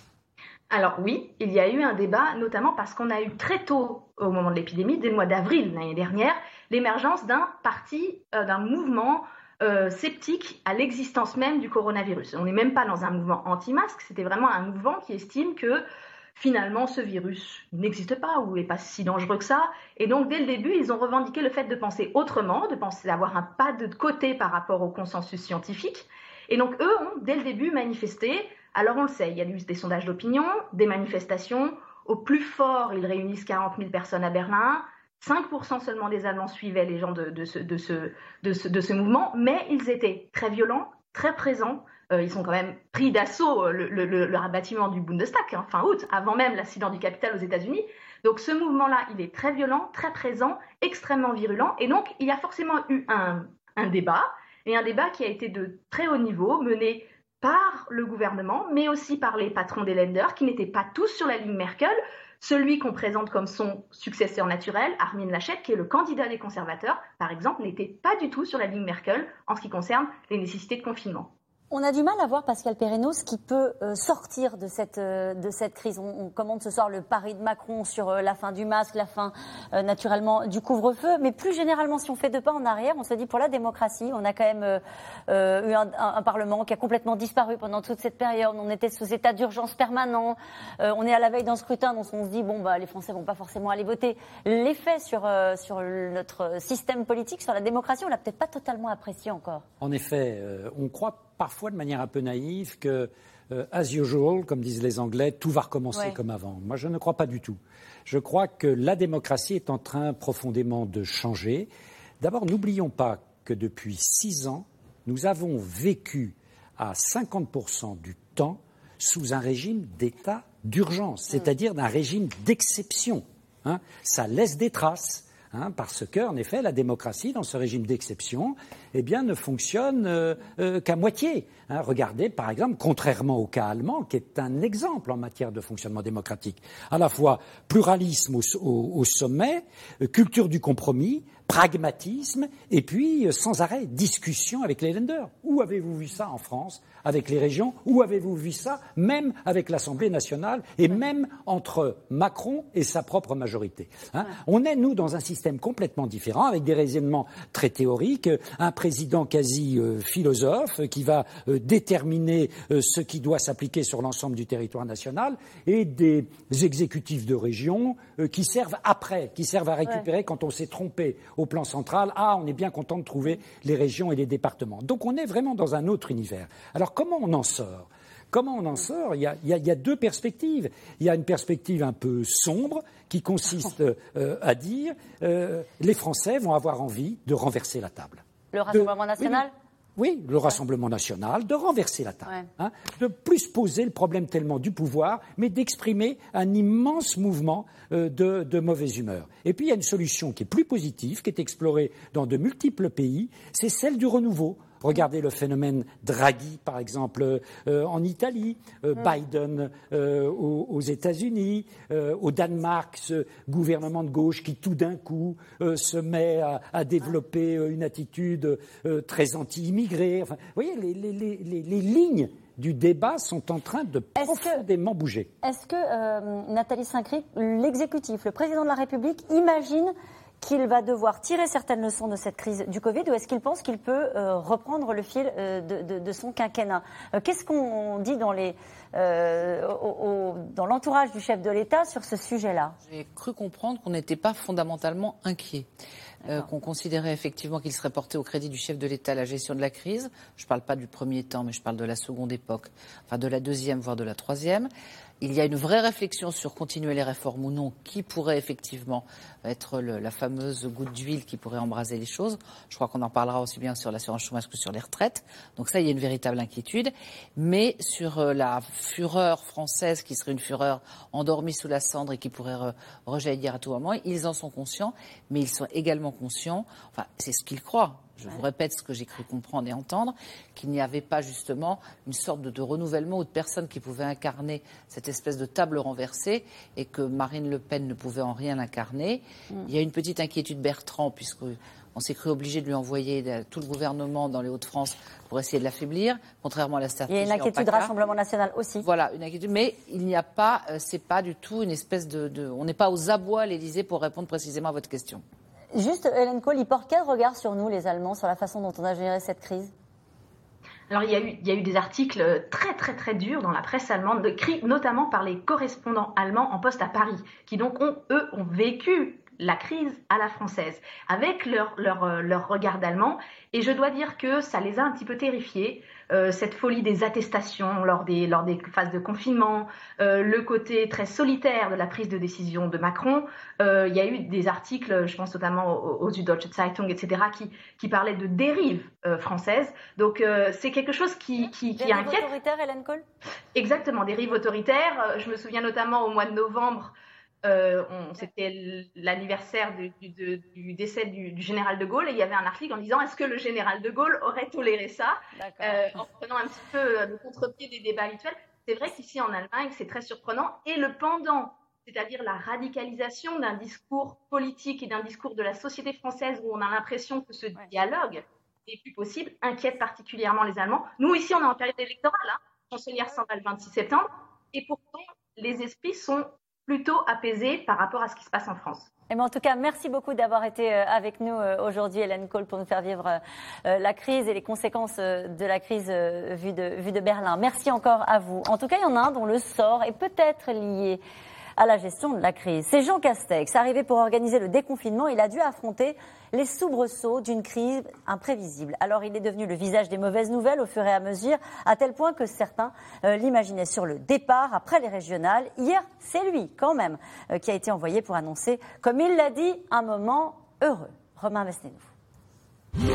Alors oui, il y a eu un débat, notamment parce qu'on a eu très tôt, au moment de l'épidémie, dès le mois d'avril l'année dernière, l'émergence d'un parti, euh, d'un mouvement Euh, sceptique à l'existence même du coronavirus. On n'est même pas dans un mouvement anti-masque, c'était vraiment un mouvement qui estime que finalement ce virus n'existe pas ou n'est pas si dangereux que ça. Et donc dès le début, ils ont revendiqué le fait de penser autrement, de penser avoir un pas de côté par rapport au consensus scientifique. Et donc eux ont dès le début manifesté. Alors on le sait, il y a eu des sondages d'opinion, des manifestations. Au plus fort, ils réunissent quarante mille personnes à Berlin. cinq pour cent seulement des Allemands suivaient les gens de, de, ce, de, ce, de, ce, de ce mouvement, mais ils étaient très violents, très présents. Euh, ils ont quand même pris d'assaut le, le, le, le bâtiment du Bundestag, hein, fin août, avant même l'accident du Capitole aux États-Unis. Donc ce mouvement-là, il est très violent, très présent, extrêmement virulent. Et donc, il y a forcément eu un, un débat, et un débat qui a été de très haut niveau, mené par le gouvernement, mais aussi par les patrons des Länder, qui n'étaient pas tous sur la ligne Merkel. Celui qu'on présente comme son successeur naturel, Armin Laschet, qui est le candidat des conservateurs, par exemple, n'était pas du tout sur la ligne Merkel en ce qui concerne les nécessités de confinement. On a du mal à voir, Pascal Perrineau, ce qui peut euh, sortir de cette, euh, de cette crise. On, on commande ce soir le pari de Macron sur euh, la fin du masque, la fin euh, naturellement du couvre-feu. Mais plus généralement, si on fait deux pas en arrière, on se dit pour la démocratie, on a quand même euh, euh, eu un, un, un Parlement qui a complètement disparu pendant toute cette période. On était sous état d'urgence permanent. Euh, on est à la veille d'un scrutin, donc on se dit bon bah les Français vont pas forcément aller voter. L'effet sur euh, sur notre système politique, sur la démocratie, on l'a peut-être pas totalement apprécié encore. En effet, euh, on croit parfois de manière un peu naïve que, euh, as usual, comme disent les Anglais, tout va recommencer ouais. comme avant. Moi, je ne crois pas du tout. Je crois que la démocratie est en train profondément de changer. D'abord, n'oublions pas que depuis six ans, nous avons vécu à cinquante pour cent du temps sous un régime d'état d'urgence, c'est-à-dire d'un régime d'exception. Hein. Ça laisse des traces. Hein, parce que, en effet, la démocratie, dans ce régime d'exception, eh bien, ne fonctionne euh, euh, qu'à moitié. Hein, regardez, par exemple, contrairement au cas allemand, qui est un exemple en matière de fonctionnement démocratique, à la fois pluralisme au, au, au sommet, euh, culture du compromis, pragmatisme, et puis, euh, sans arrêt, discussion avec les Länder. Où avez-vous vu ça en France, avec les régions? Où avez-vous vu ça, même avec l'Assemblée nationale, et même entre Macron et sa propre majorité? Hein, on est, nous, dans un système complètement différent, avec des raisonnements très théoriques, un président quasi euh, philosophe qui va euh, déterminer euh, ce qui doit s'appliquer sur l'ensemble du territoire national, et des exécutifs de région euh, qui servent après, qui servent à récupérer ouais. quand on s'est trompé au plan central. Ah, on est bien content de trouver les régions et les départements. Donc on est vraiment dans un autre univers. Alors comment on en sort ? Comment on en sort ? il y, a, il, y a, il y a deux perspectives. Il y a une perspective un peu sombre qui consiste euh, à dire euh, les Français vont avoir envie de renverser la table. Le Rassemblement de, national oui, oui, le Rassemblement national, de renverser la table, ouais. hein, de plus poser le problème tellement du pouvoir, mais d'exprimer un immense mouvement euh, de, de mauvaise humeur. Et puis il y a une solution qui est plus positive, qui est explorée dans de multiples pays, c'est celle du renouveau. Regardez le phénomène Draghi, par exemple, euh, en Italie, euh, mmh. Biden euh, aux, aux États-Unis, euh, au Danemark, ce gouvernement de gauche qui tout d'un coup euh, se met à, à développer euh, une attitude euh, très anti-immigrée. Enfin, vous voyez, les, les, les, les, les lignes du débat sont en train de profondément que, bouger. Est-ce que, euh, Nathalie Saint-Cricq, l'exécutif, le président de la République, imagine qu'il va devoir tirer certaines leçons de cette crise du Covid, ou est-ce qu'il pense qu'il peut euh, reprendre le fil euh, de, de, de son quinquennat? euh, Qu'est-ce qu'on dit dans, les, euh, au, au, dans l'entourage du chef de l'État sur ce sujet-là? J'ai cru comprendre qu'on n'était pas fondamentalement inquiet. Euh, qu'on considérait effectivement qu'il serait porté au crédit du chef de l'État la gestion de la crise. Je ne parle pas du premier temps, mais je parle de la seconde époque, enfin de la deuxième, voire de la troisième. Il y a une vraie réflexion sur continuer les réformes ou non, qui pourrait effectivement être le, la fameuse goutte d'huile qui pourrait embraser les choses. Je crois qu'on en parlera aussi bien sur l'assurance chômage que sur les retraites. Donc ça, il y a une véritable inquiétude. Mais sur euh, la fureur française, qui serait une fureur endormie sous la cendre et qui pourrait re- rejaillir à tout moment, ils en sont conscients, mais ils sont également conscients, enfin c'est ce qu'ils croient. Je vous répète ce que j'ai cru comprendre et entendre, qu'il n'y avait pas justement une sorte de, de renouvellement ou de personnes qui pouvaient incarner cette espèce de table renversée et que Marine Le Pen ne pouvait en rien incarner. Mm. Il y a une petite inquiétude Bertrand, puisqu'on s'est cru obligé de lui envoyer tout le gouvernement dans les Hauts-de-France pour essayer de l'affaiblir, contrairement à la stratégie. Il y a une inquiétude Rassemblement national aussi. Voilà, une inquiétude, mais il n'y a pas, euh, c'est pas du tout une espèce de, de on n'est pas aux abois à l'Élysée pour répondre précisément à votre question. Juste, Hélène Kohl, ils portent quel regard sur nous, les Allemands, sur la façon dont on a géré cette crise? Alors, il y, a eu, il y a eu des articles très, très, très durs dans la presse allemande, écrits notamment par les correspondants allemands en poste à Paris, qui donc, ont, eux, ont vécu la crise à la française, avec leur, leur, leur regard d'allemand. Et je dois dire que ça les a un petit peu terrifiés, euh, cette folie des attestations lors des, lors des phases de confinement, euh, le côté très solitaire de la prise de décision de Macron. Euh, il y a eu des articles, je pense notamment aux, aux Süddeutsche Zeitung, et cetera, qui, qui parlaient de dérive euh, française. Donc euh, c'est quelque chose qui, qui, qui dérive inquiète. Dérive autoritaire, Hélène Kohl? Exactement, dérive autoritaire. Je me souviens notamment au mois de novembre, Euh, on, c'était l'anniversaire du, du, du décès du, du général de Gaulle, et il y avait un article en disant est-ce que le général de Gaulle aurait toléré ça, euh, en prenant un petit peu le contre-pied des débats habituels. C'est vrai qu'ici en Allemagne c'est très surprenant, et le pendant, c'est-à-dire la radicalisation d'un discours politique et d'un discours de la société française où on a l'impression que ce dialogue n'est plus possible, inquiète particulièrement les Allemands. Nous ici on est en période électorale, hein. Chancelière s'en va le vingt-six septembre, et pourtant les esprits sont plutôt apaisé par rapport à ce qui se passe en France. Et bien en tout cas, merci beaucoup d'avoir été avec nous aujourd'hui, Hélène Kohl, pour nous faire vivre la crise et les conséquences de la crise vue de, vue de Berlin. Merci encore à vous. En tout cas, il y en a un dont le sort est peut-être lié à la gestion de la crise. C'est Jean Castex. Arrivé pour organiser le déconfinement, il a dû affronter les soubresauts d'une crise imprévisible. Alors il est devenu le visage des mauvaises nouvelles au fur et à mesure, à tel point que certains euh, l'imaginaient sur le départ après les régionales. Hier, c'est lui quand même euh, qui a été envoyé pour annoncer, comme il l'a dit, un moment heureux. Romain Mesnenou.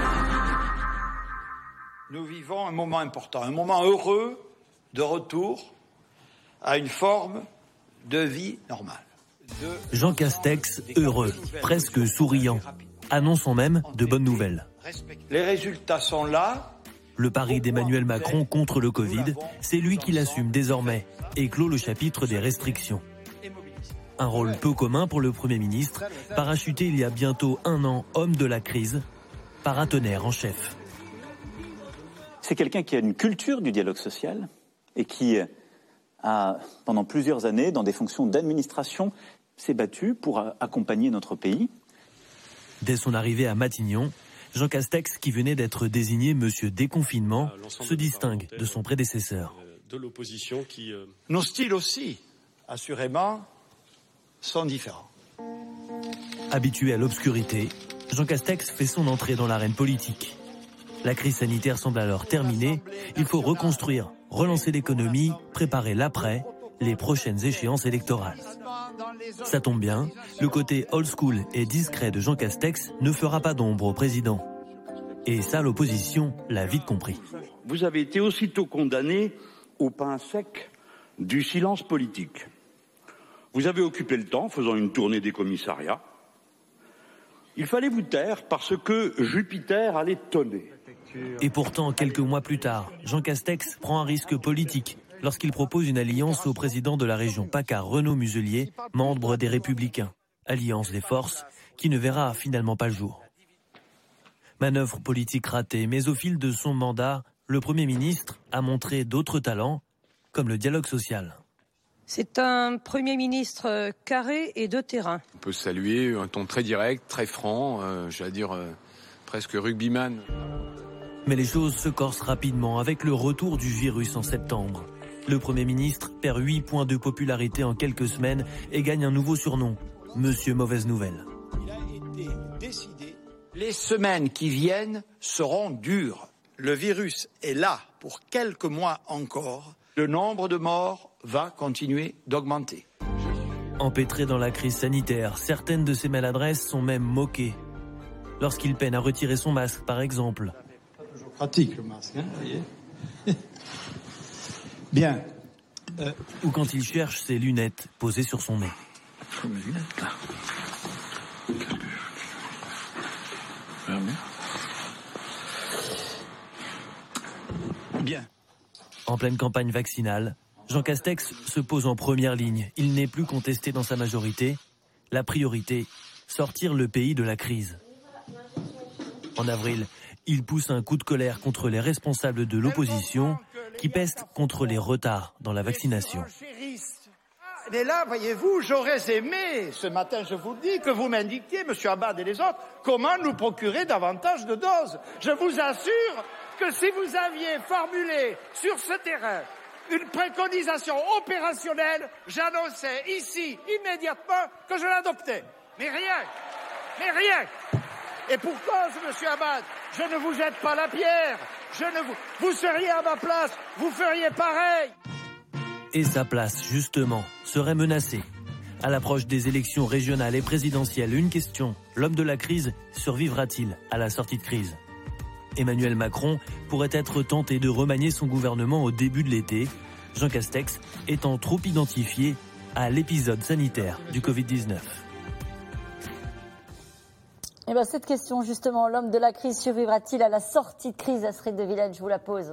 Nous vivons un moment important, un moment heureux de retour à une forme de vie normale. De... Jean Castex, heureux, presque souriant, annonçant même de bonnes nouvelles. Les résultats sont là. Le pari d'Emmanuel Macron contre le Covid, c'est lui qui l'assume désormais et clôt le chapitre des restrictions. Un rôle peu commun pour le Premier ministre, parachuté il y a bientôt un an, homme de la crise, paratonnerre en chef. C'est quelqu'un qui a une culture du dialogue social et qui a, pendant plusieurs années, dans des fonctions d'administration, s'est battu pour accompagner notre pays. Dès son arrivée à Matignon, Jean Castex, qui venait d'être désigné Monsieur Déconfinement, se distingue de son prédécesseur. De l'opposition qui... Euh... Nos styles aussi, assurément, sont différents. Habitué à l'obscurité, Jean Castex fait son entrée dans l'arène politique. La crise sanitaire semble alors terminée. Il faut reconstruire, relancer l'économie, préparer l'après, les prochaines échéances électorales. Ça tombe bien, le côté old school et discret de Jean Castex ne fera pas d'ombre au président. Et ça, l'opposition l'a vite compris. Vous avez été aussitôt condamné au pain sec du silence politique. Vous avez occupé le temps faisant une tournée des commissariats. Il fallait vous taire parce que Jupiter allait tonner. Et pourtant, quelques mois plus tard, Jean Castex prend un risque politique lorsqu'il propose une alliance au président de la région PACA, Renaud Muselier, membre des Républicains. Alliance des forces qui ne verra finalement pas le jour. Manœuvre politique ratée, mais au fil de son mandat, le Premier ministre a montré d'autres talents, comme le dialogue social. C'est un Premier ministre carré et de terrain. On peut saluer un ton très direct, très franc, euh, j'allais dire euh, presque rugbyman. Mais les choses se corsent rapidement avec le retour du virus en septembre. Le Premier ministre perd huit points de popularité en quelques semaines et gagne un nouveau surnom, Monsieur Mauvaise Nouvelle. Il a été décidé. Les semaines qui viennent seront dures. Le virus est là pour quelques mois encore. Le nombre de morts va continuer d'augmenter. Empêtré dans la crise sanitaire, certaines de ses maladresses sont même moquées. Lorsqu'il peine à retirer son masque, par exemple. C'est pas toujours pratique, le masque, hein, vous voyez. Bien. Euh... Ou quand il cherche ses lunettes posées sur son nez. Mes lunettes, là. Bien. En pleine campagne vaccinale, Jean Castex se pose en première ligne. Il n'est plus contesté dans sa majorité. La priorité, sortir le pays de la crise. En avril, il pousse un coup de colère contre les responsables de l'opposition qui pestent contre les retards dans la vaccination. Mais là, voyez-vous, j'aurais aimé, ce matin, je vous le dis, que vous m'indiquiez, monsieur Abad et les autres, comment nous procurer davantage de doses. Je vous assure que si vous aviez formulé sur ce terrain une préconisation opérationnelle, j'annonçais ici, immédiatement, que je l'adoptais. Mais rien, mais rien. Et pour cause, monsieur Abad, je ne vous jette pas la pierre. Je ne vous, vous seriez à ma place, vous feriez pareil. Et sa place, justement, serait menacée. À l'approche des élections régionales et présidentielles, une question. L'homme de la crise survivra-t-il à la sortie de crise ? Emmanuel Macron pourrait être tenté de remanier son gouvernement au début de l'été, Jean Castex étant trop identifié à l'épisode sanitaire du covid dix-neuf. Eh bien, cette question, justement, l'homme de la crise survivra-t-il à la sortie de crise? Astrid de Villene, je vous la pose.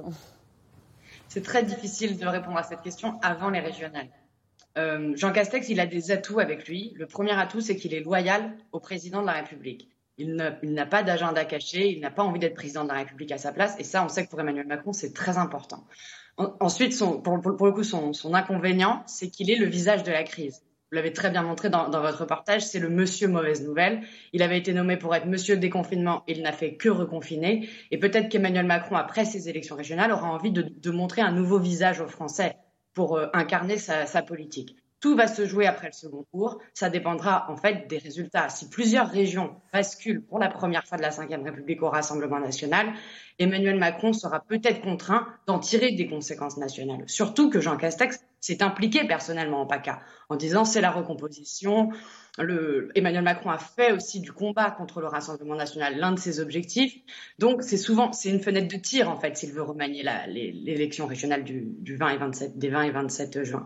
C'est très difficile de répondre à cette question avant les régionales. Euh, Jean Castex, il a des atouts avec lui. Le premier atout, c'est qu'il est loyal au président de la République. Il n'a, il n'a pas d'agenda caché, il n'a pas envie d'être président de la République à sa place. Et ça, on sait que pour Emmanuel Macron, c'est très important. En, ensuite, son, pour, pour, pour le coup, son, son inconvénient, c'est qu'il est le visage de la crise. Vous l'avez très bien montré dans, dans votre reportage, c'est le monsieur mauvaise nouvelle. Il avait été nommé pour être monsieur déconfinement, il n'a fait que reconfiner. Et peut-être qu'Emmanuel Macron, après ces élections régionales, aura envie de, de montrer un nouveau visage aux Français pour euh, incarner sa, sa politique. Tout va se jouer après le second tour. Ça dépendra en fait des résultats. Si plusieurs régions basculent pour la première fois de la cinquième République au Rassemblement national, Emmanuel Macron sera peut-être contraint d'en tirer des conséquences nationales. Surtout que Jean Castex s'est impliqué personnellement en PACA en disant c'est la recomposition. Le... Emmanuel Macron a fait aussi du combat contre le Rassemblement national l'un de ses objectifs. Donc c'est souvent c'est une fenêtre de tir en fait s'il veut remanier la, les, l'élection régionale du, du vingt et vingt-sept, des vingt et vingt-sept juin.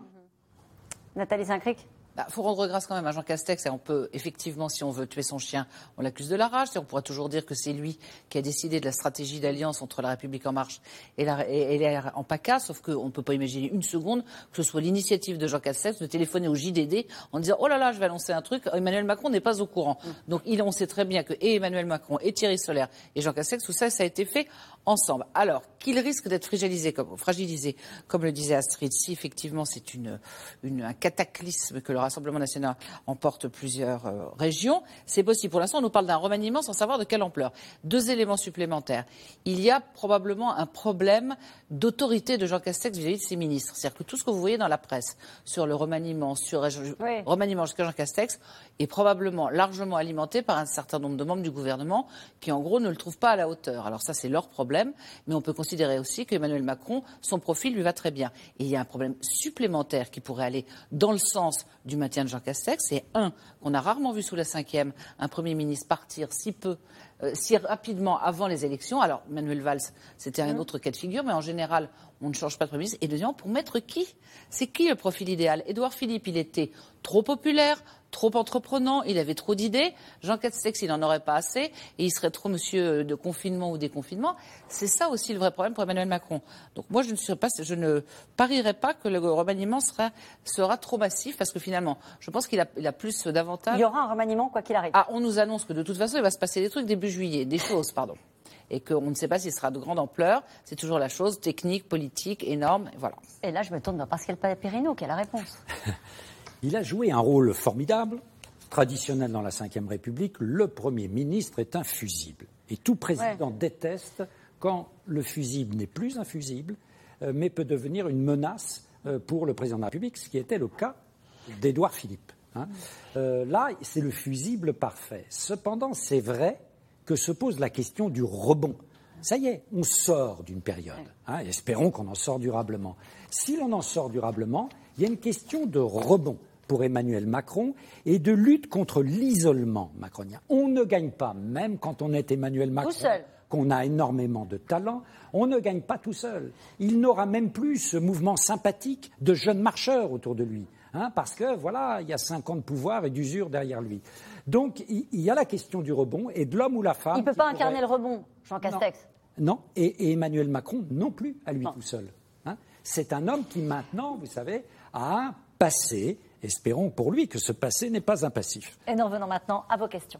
Nathalie Saint-Cric. Il bah, faut rendre grâce quand même à Jean Castex et on peut effectivement, si on veut tuer son chien, on l'accuse de la rage. On pourra toujours dire que c'est lui qui a décidé de la stratégie d'alliance entre la République en marche et la, et, et la en PACA, sauf qu'on ne peut pas imaginer une seconde que ce soit l'initiative de Jean Castex de téléphoner au J D D en disant « Oh là là, je vais annoncer un truc, Emmanuel Macron n'est pas au courant mm. ». Donc il, on sait très bien que et Emmanuel Macron et Thierry Solère et Jean Castex, tout ça, ça a été fait ensemble. Alors qu'il risque d'être fragilisé comme, fragilisé, comme le disait Astrid, si effectivement c'est une, une, un cataclysme que le Rassemblement national emporte plusieurs euh, régions, c'est possible. Pour l'instant, on nous parle d'un remaniement sans savoir de quelle ampleur. Deux éléments supplémentaires. Il y a probablement un problème d'autorité de Jean Castex vis-à-vis de ses ministres. C'est-à-dire que tout ce que vous voyez dans la presse sur le remaniement, sur oui. remaniement jusqu'à Jean Castex, est probablement largement alimenté par un certain nombre de membres du gouvernement qui, en gros, ne le trouvent pas à la hauteur. Alors ça, c'est leur problème, mais on peut considérer aussi qu'Emmanuel Macron, son profil lui va très bien. Et il y a un problème supplémentaire qui pourrait aller dans le sens du maintien de Jean Castex, c'est un, qu'on a rarement vu sous la cinquième, un Premier ministre partir si peu euh, si rapidement avant les élections. Alors, Manuel Valls, c'était un autre cas de figure, mais en général, on ne change pas de Premier ministre. Et deuxièmement, pour mettre qui? C'est qui le profil idéal? Édouard Philippe, il était trop populaire, trop entreprenant, il avait trop d'idées. Jean Castex, il n'en aurait pas assez, et il serait trop monsieur de confinement ou déconfinement. C'est ça aussi le vrai problème pour Emmanuel Macron. Donc moi, je ne, serais pas, je ne parierais pas que le remaniement sera, sera trop massif, parce que finalement, je pense qu'il a, il a plus d'avantages. Il y aura un remaniement, quoi qu'il arrive. Ah, on nous annonce que de toute façon, il va se passer des trucs début juillet, des choses, pardon. Et qu'on ne sait pas s'il sera de grande ampleur. C'est toujours la chose technique, politique, énorme, et voilà. Et là, je me tourne vers Pascal Perrineau, qui a la réponse. Il a joué un rôle formidable, traditionnel dans la cinquième République. Le Premier ministre est un fusible. Et tout président ouais. déteste quand le fusible n'est plus un fusible, euh, mais peut devenir une menace euh, pour le président de la République, ce qui était le cas d'Édouard Philippe. Hein. Euh, là, c'est le fusible parfait. Cependant, c'est vrai que se pose la question du rebond. Ça y est, on sort d'une période. Hein, espérons qu'on en sort durablement. Si l'on en sort durablement, il y a une question de rebond pour Emmanuel Macron et de lutte contre l'isolement macronien. On ne gagne pas, même quand on est Emmanuel Macron, tout seul, qu'on a énormément de talent, on ne gagne pas tout seul. Il n'aura même plus ce mouvement sympathique de jeunes marcheurs autour de lui. Hein, parce que, voilà, il y a cinq ans de pouvoir et d'usure derrière lui. Donc, il, il y a la question du rebond et de l'homme ou la femme. Il ne peut pas incarner pourrait... le rebond, Jean Castex. Non, non. Et, et Emmanuel Macron non plus, à lui non. tout seul. Hein. C'est un homme qui, maintenant, vous savez, a un passé. Espérons pour lui que ce passé n'est pas un passif. Et nous revenons maintenant à vos questions.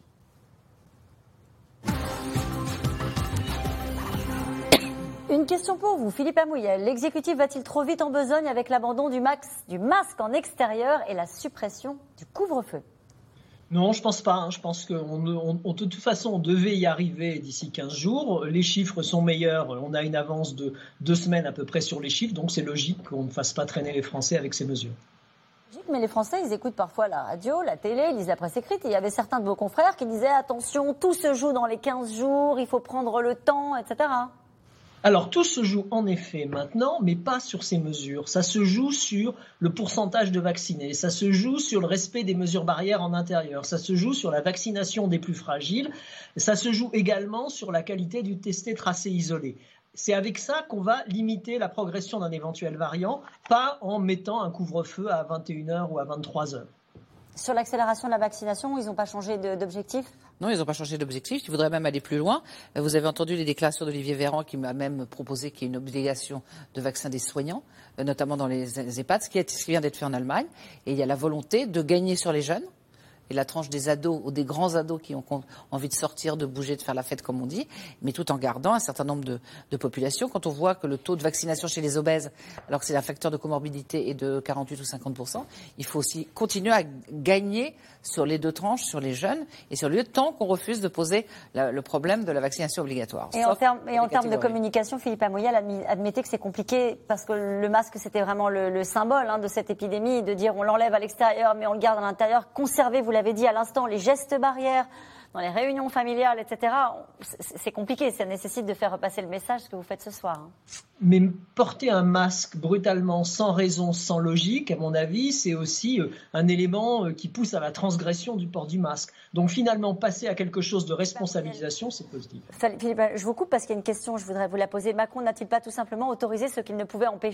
Une question pour vous, Philippe Amouyel. L'exécutif va-t-il trop vite en besogne avec l'abandon du, max, du masque en extérieur et la suppression du couvre-feu? Non, je pense pas. Hein. Je pense qu'on on, on, de toute façon, on devait y arriver d'ici quinze jours. Les chiffres sont meilleurs. On a une avance de deux semaines à peu près sur les chiffres. Donc c'est logique qu'on ne fasse pas traîner les Français avec ces mesures. Mais les Français, ils écoutent parfois la radio, la télé, ils lisent la presse écrite. Et il y avait certains de vos confrères qui disaient « Attention, tout se joue dans les quinze jours, il faut prendre le temps, et cetera » Alors, tout se joue en effet maintenant, mais pas sur ces mesures. Ça se joue sur le pourcentage de vaccinés, ça se joue sur le respect des mesures barrières en intérieur, ça se joue sur la vaccination des plus fragiles, ça se joue également sur la qualité du testé, tracé, isolé. C'est avec ça qu'on va limiter la progression d'un éventuel variant, pas en mettant un couvre-feu à vingt et une heures ou à vingt-trois heures. Sur l'accélération de la vaccination, ils n'ont pas changé de, d'objectif ? Non, ils n'ont pas changé d'objectif. Ils voudraient même aller plus loin. Vous avez entendu les déclarations d'Olivier Véran qui m'a même proposé qu'il y ait une obligation de vaccin des soignants, notamment dans les EHPAD, ce qui, est, ce qui vient d'être fait en Allemagne. Et il y a la volonté de gagner sur les jeunes. Et la tranche des ados ou des grands ados qui ont envie de sortir, de bouger, de faire la fête, comme on dit, mais tout en gardant un certain nombre de, de populations. Quand on voit que le taux de vaccination chez les obèses, alors que c'est un facteur de comorbidité, est de quarante-huit ou cinquante pour cent, il faut aussi continuer à gagner sur les deux tranches, sur les jeunes et sur le lieu, tant qu'on refuse de poser la, le problème de la vaccination obligatoire. Et en termes, et en termes de communication, Philippe Amouyel admettait que c'est compliqué parce que le masque, c'était vraiment le, le symbole hein, de cette épidémie, de dire on l'enlève à l'extérieur, mais on le garde à l'intérieur. Conservez, vous l'avez dit à l'instant, les gestes barrières dans les réunions familiales, et cetera. C'est compliqué, ça nécessite de faire repasser le message, ce que vous faites ce soir. Hein. Mais porter un masque brutalement, sans raison, sans logique, à mon avis, c'est aussi un élément qui pousse à la transgression du port du masque. Donc finalement, passer à quelque chose de responsabilisation, c'est positif. Philippe, je vous coupe parce qu'il y a une question, je voudrais vous la poser. Macron n'a-t-il pas tout simplement autorisé ce qu'il ne pouvait empêcher ?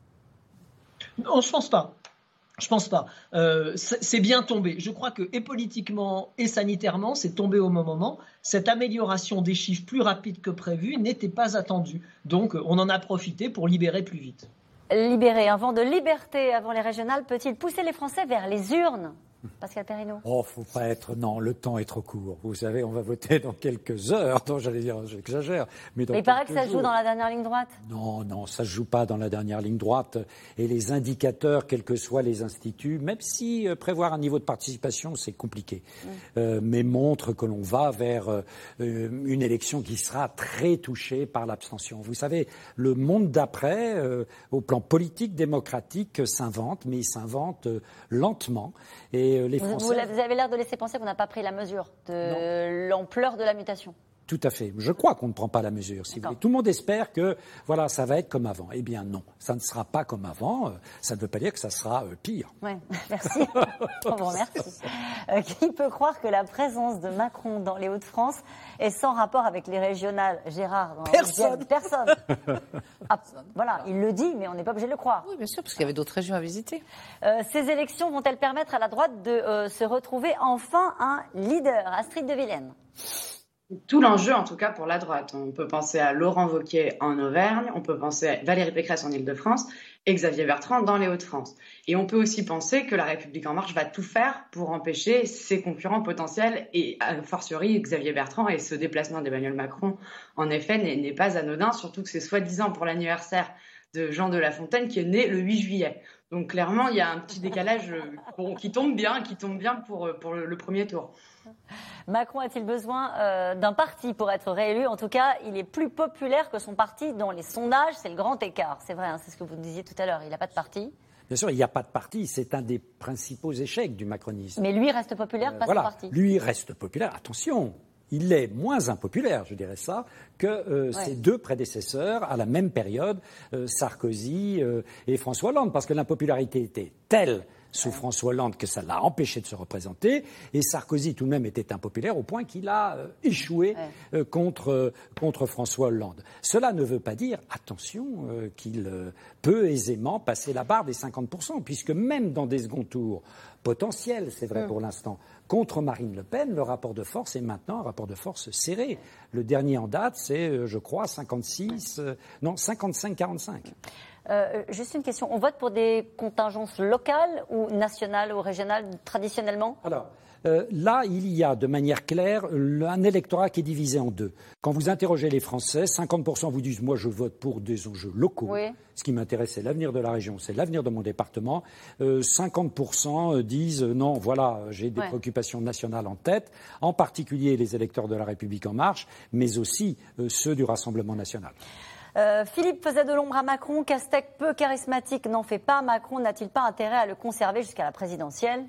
Non, je ne pense pas. Je pense pas. Euh, c'est bien tombé. Je crois que et politiquement et sanitairement, c'est tombé au bon moment. Cette amélioration des chiffres plus rapide que prévu n'était pas attendue. Donc, on en a profité pour libérer plus vite. Libérer, un vent de liberté avant les régionales peut-il pousser les Français vers les urnes ? Pascal Perrineau. Oh, faut pas être. Non, le temps est trop court. Vous savez, on va voter dans quelques heures. Non, j'allais dire, j'exagère. Mais, dans mais il paraît que ça se jours. joue dans la dernière ligne droite. Non, non, ça se joue pas dans la dernière ligne droite. Et les indicateurs, quels que soient les instituts, même si euh, prévoir un niveau de participation, c'est compliqué, mmh. euh, mais montrent que l'on va vers euh, une élection qui sera très touchée par l'abstention. Vous savez, le monde d'après, euh, au plan politique, démocratique, s'invente, mais il s'invente euh, lentement. Et Les Français... Vous avez l'air de laisser penser qu'on n'a pas pris la mesure de l'ampleur de la mutation. Tout tout à fait. Je crois qu'on ne prend pas la mesure, si vous voulez. Tout le monde espère que, voilà, ça va être comme avant. Eh bien, non. Ça ne sera pas comme avant. Ça ne veut pas dire que ça sera euh, pire. Oui, merci. On vous remercie. Euh, qui peut croire que la présence de Macron dans les Hauts-de-France est sans rapport avec les régionales? Gérard, dans Personne. Personne. Ah, voilà, il le dit, mais on n'est pas obligé de le croire. Oui, bien sûr, parce qu'il y avait d'autres régions à visiter. Euh, ces élections vont-elles permettre à la droite de euh, se retrouver enfin un leader? Astrid de Vilaine. Tout l'enjeu, en tout cas, pour la droite. On peut penser à Laurent Wauquiez en Auvergne, on peut penser à Valérie Pécresse en Île-de-France et Xavier Bertrand dans les Hauts-de-France. Et on peut aussi penser que La République En Marche va tout faire pour empêcher ses concurrents potentiels et, a fortiori, Xavier Bertrand. Et ce déplacement d'Emmanuel Macron, en effet, n'est, n'est pas anodin, surtout que c'est soi-disant pour l'anniversaire de Jean de La Fontaine qui est né le huit juillet. Donc clairement, il y a un petit décalage bon, qui tombe bien, qui tombe bien pour, pour le, le premier tour. Macron a-t-il besoin euh, d'un parti pour être réélu? En tout cas, il est plus populaire que son parti dans les sondages. C'est le grand écart. C'est vrai, hein, c'est ce que vous disiez tout à l'heure. Il n'a pas de parti. Bien sûr, il n'y a pas de parti. C'est un des principaux échecs du macronisme. Mais lui reste populaire, euh, pas voilà. son parti. Lui reste populaire. Attention, il est moins impopulaire, je dirais ça, que euh, ouais. ses deux prédécesseurs à la même période, euh, Sarkozy euh, et François Hollande, parce que l'impopularité était telle sous ouais. François Hollande que ça l'a empêché de se représenter, et Sarkozy tout de même était impopulaire au point qu'il a euh, échoué ouais. euh, contre, euh, contre François Hollande. Cela ne veut pas dire, attention, euh, qu'il euh, peut aisément passer la barre des cinquante pour cent, puisque même dans des seconds tours potentiels, c'est vrai mmh. pour l'instant, contre Marine Le Pen, le rapport de force est maintenant un rapport de force serré. Le dernier en date, c'est, euh, je crois, cinquante-six, euh, non, cinquante-cinq quarante-cinq. Euh, juste une question. On vote pour des contingences locales ou nationales ou régionales traditionnellement? Alors, euh, là, il y a de manière claire un électorat qui est divisé en deux. Quand vous interrogez les Français, cinquante pour cent vous disent « moi, je vote pour des enjeux locaux oui. ». Ce qui m'intéresse, c'est l'avenir de la région, c'est l'avenir de mon département. Euh, cinquante pour cent disent euh, « non, voilà, j'ai des ouais. préoccupations nationales en tête », en particulier les électeurs de La République En Marche, mais aussi euh, ceux du Rassemblement national. Euh, Philippe faisait de l'ombre à Macron. Castex, peu charismatique, n'en fait pas. Macron n'a-t-il pas intérêt à le conserver jusqu'à la présidentielle?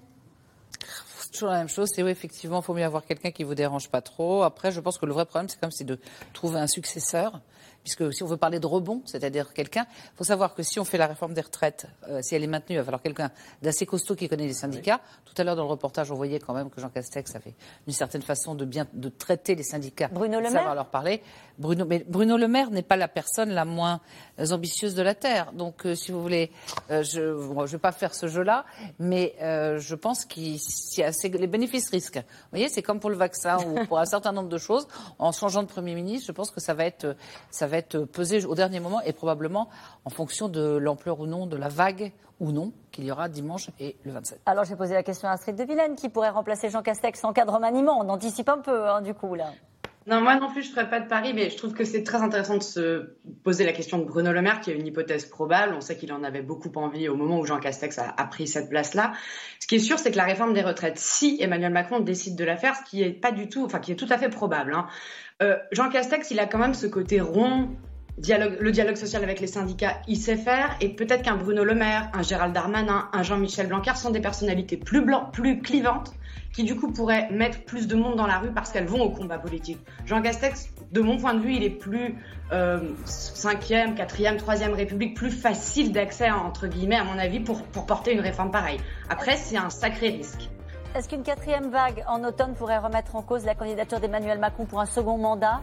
C'est toujours la même chose. C'est oui, effectivement, il faut mieux avoir quelqu'un qui vous dérange pas trop. Après, je pense que le vrai problème, c'est comme c'est de trouver un successeur. Puisque si on veut parler de rebond, c'est-à-dire quelqu'un, il faut savoir que si on fait la réforme des retraites, euh, si elle est maintenue, il va falloir quelqu'un d'assez costaud qui connaît les syndicats. Oui. Tout à l'heure dans le reportage, on voyait quand même que Jean Castex avait une certaine façon de bien de traiter les syndicats, Bruno Le Maire, savoir leur parler. Bruno, mais Bruno Le Maire n'est pas la personne la moins ambitieuse de la terre. Donc, euh, si vous voulez, euh, je bon, je vais pas faire ce jeu-là, mais euh, je pense qu'il y a assez, les bénéfices-risques. Vous voyez, c'est comme pour le vaccin ou pour un certain nombre de choses. En changeant de Premier ministre, je pense que ça va être ça va être pesé au dernier moment et probablement en fonction de l'ampleur ou non de la vague ou non qu'il y aura dimanche et le vingt-sept. Alors j'ai posé la question à Astrid de Vilaine, qui pourrait remplacer Jean Castex en cas de remaniement. On anticipe un peu hein, du coup là. Non, moi non plus, je ne ferai pas de pari, mais je trouve que c'est très intéressant de se poser la question de Bruno Le Maire, qui est une hypothèse probable. On sait qu'il en avait beaucoup envie au moment où Jean Castex a, a pris cette place-là. Ce qui est sûr, c'est que la réforme des retraites, si Emmanuel Macron décide de la faire, ce qui est pas du tout, enfin qui est tout à fait probable, hein, euh, Jean Castex, il a quand même ce côté rond. Dialogue, le dialogue social avec les syndicats, il sait faire, et peut-être qu'un Bruno Le Maire, un Gérald Darmanin, un Jean-Michel Blanquer sont des personnalités plus blancs, plus clivantes, qui du coup pourraient mettre plus de monde dans la rue parce qu'elles vont au combat politique. Jean Castex, de mon point de vue, il est plus euh, cinquième, quatrième, troisième République, plus facile d'accès entre guillemets, à mon avis, pour, pour porter une réforme pareille. Après, c'est un sacré risque. Est-ce qu'une quatrième vague en automne pourrait remettre en cause la candidature d'Emmanuel Macron pour un second mandat?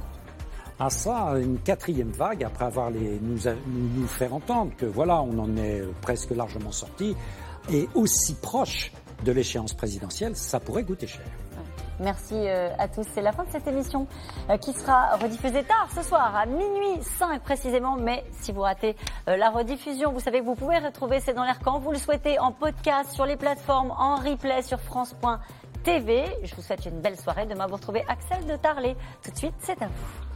À ça, une quatrième vague, après avoir les, nous, nous, nous faire entendre que voilà, on en est presque largement sorti, et aussi proche de l'échéance présidentielle, ça pourrait coûter cher. Merci à tous. C'est la fin de cette émission qui sera rediffusée tard ce soir à minuit cinq précisément. Mais si vous ratez la rediffusion, vous savez que vous pouvez retrouver C'est dans l'air quand vous le souhaitez en podcast sur les plateformes, en replay sur France point T V. Je vous souhaite une belle soirée. Demain, vous retrouvez Axel de Tarlet. Tout de suite, c'est à vous.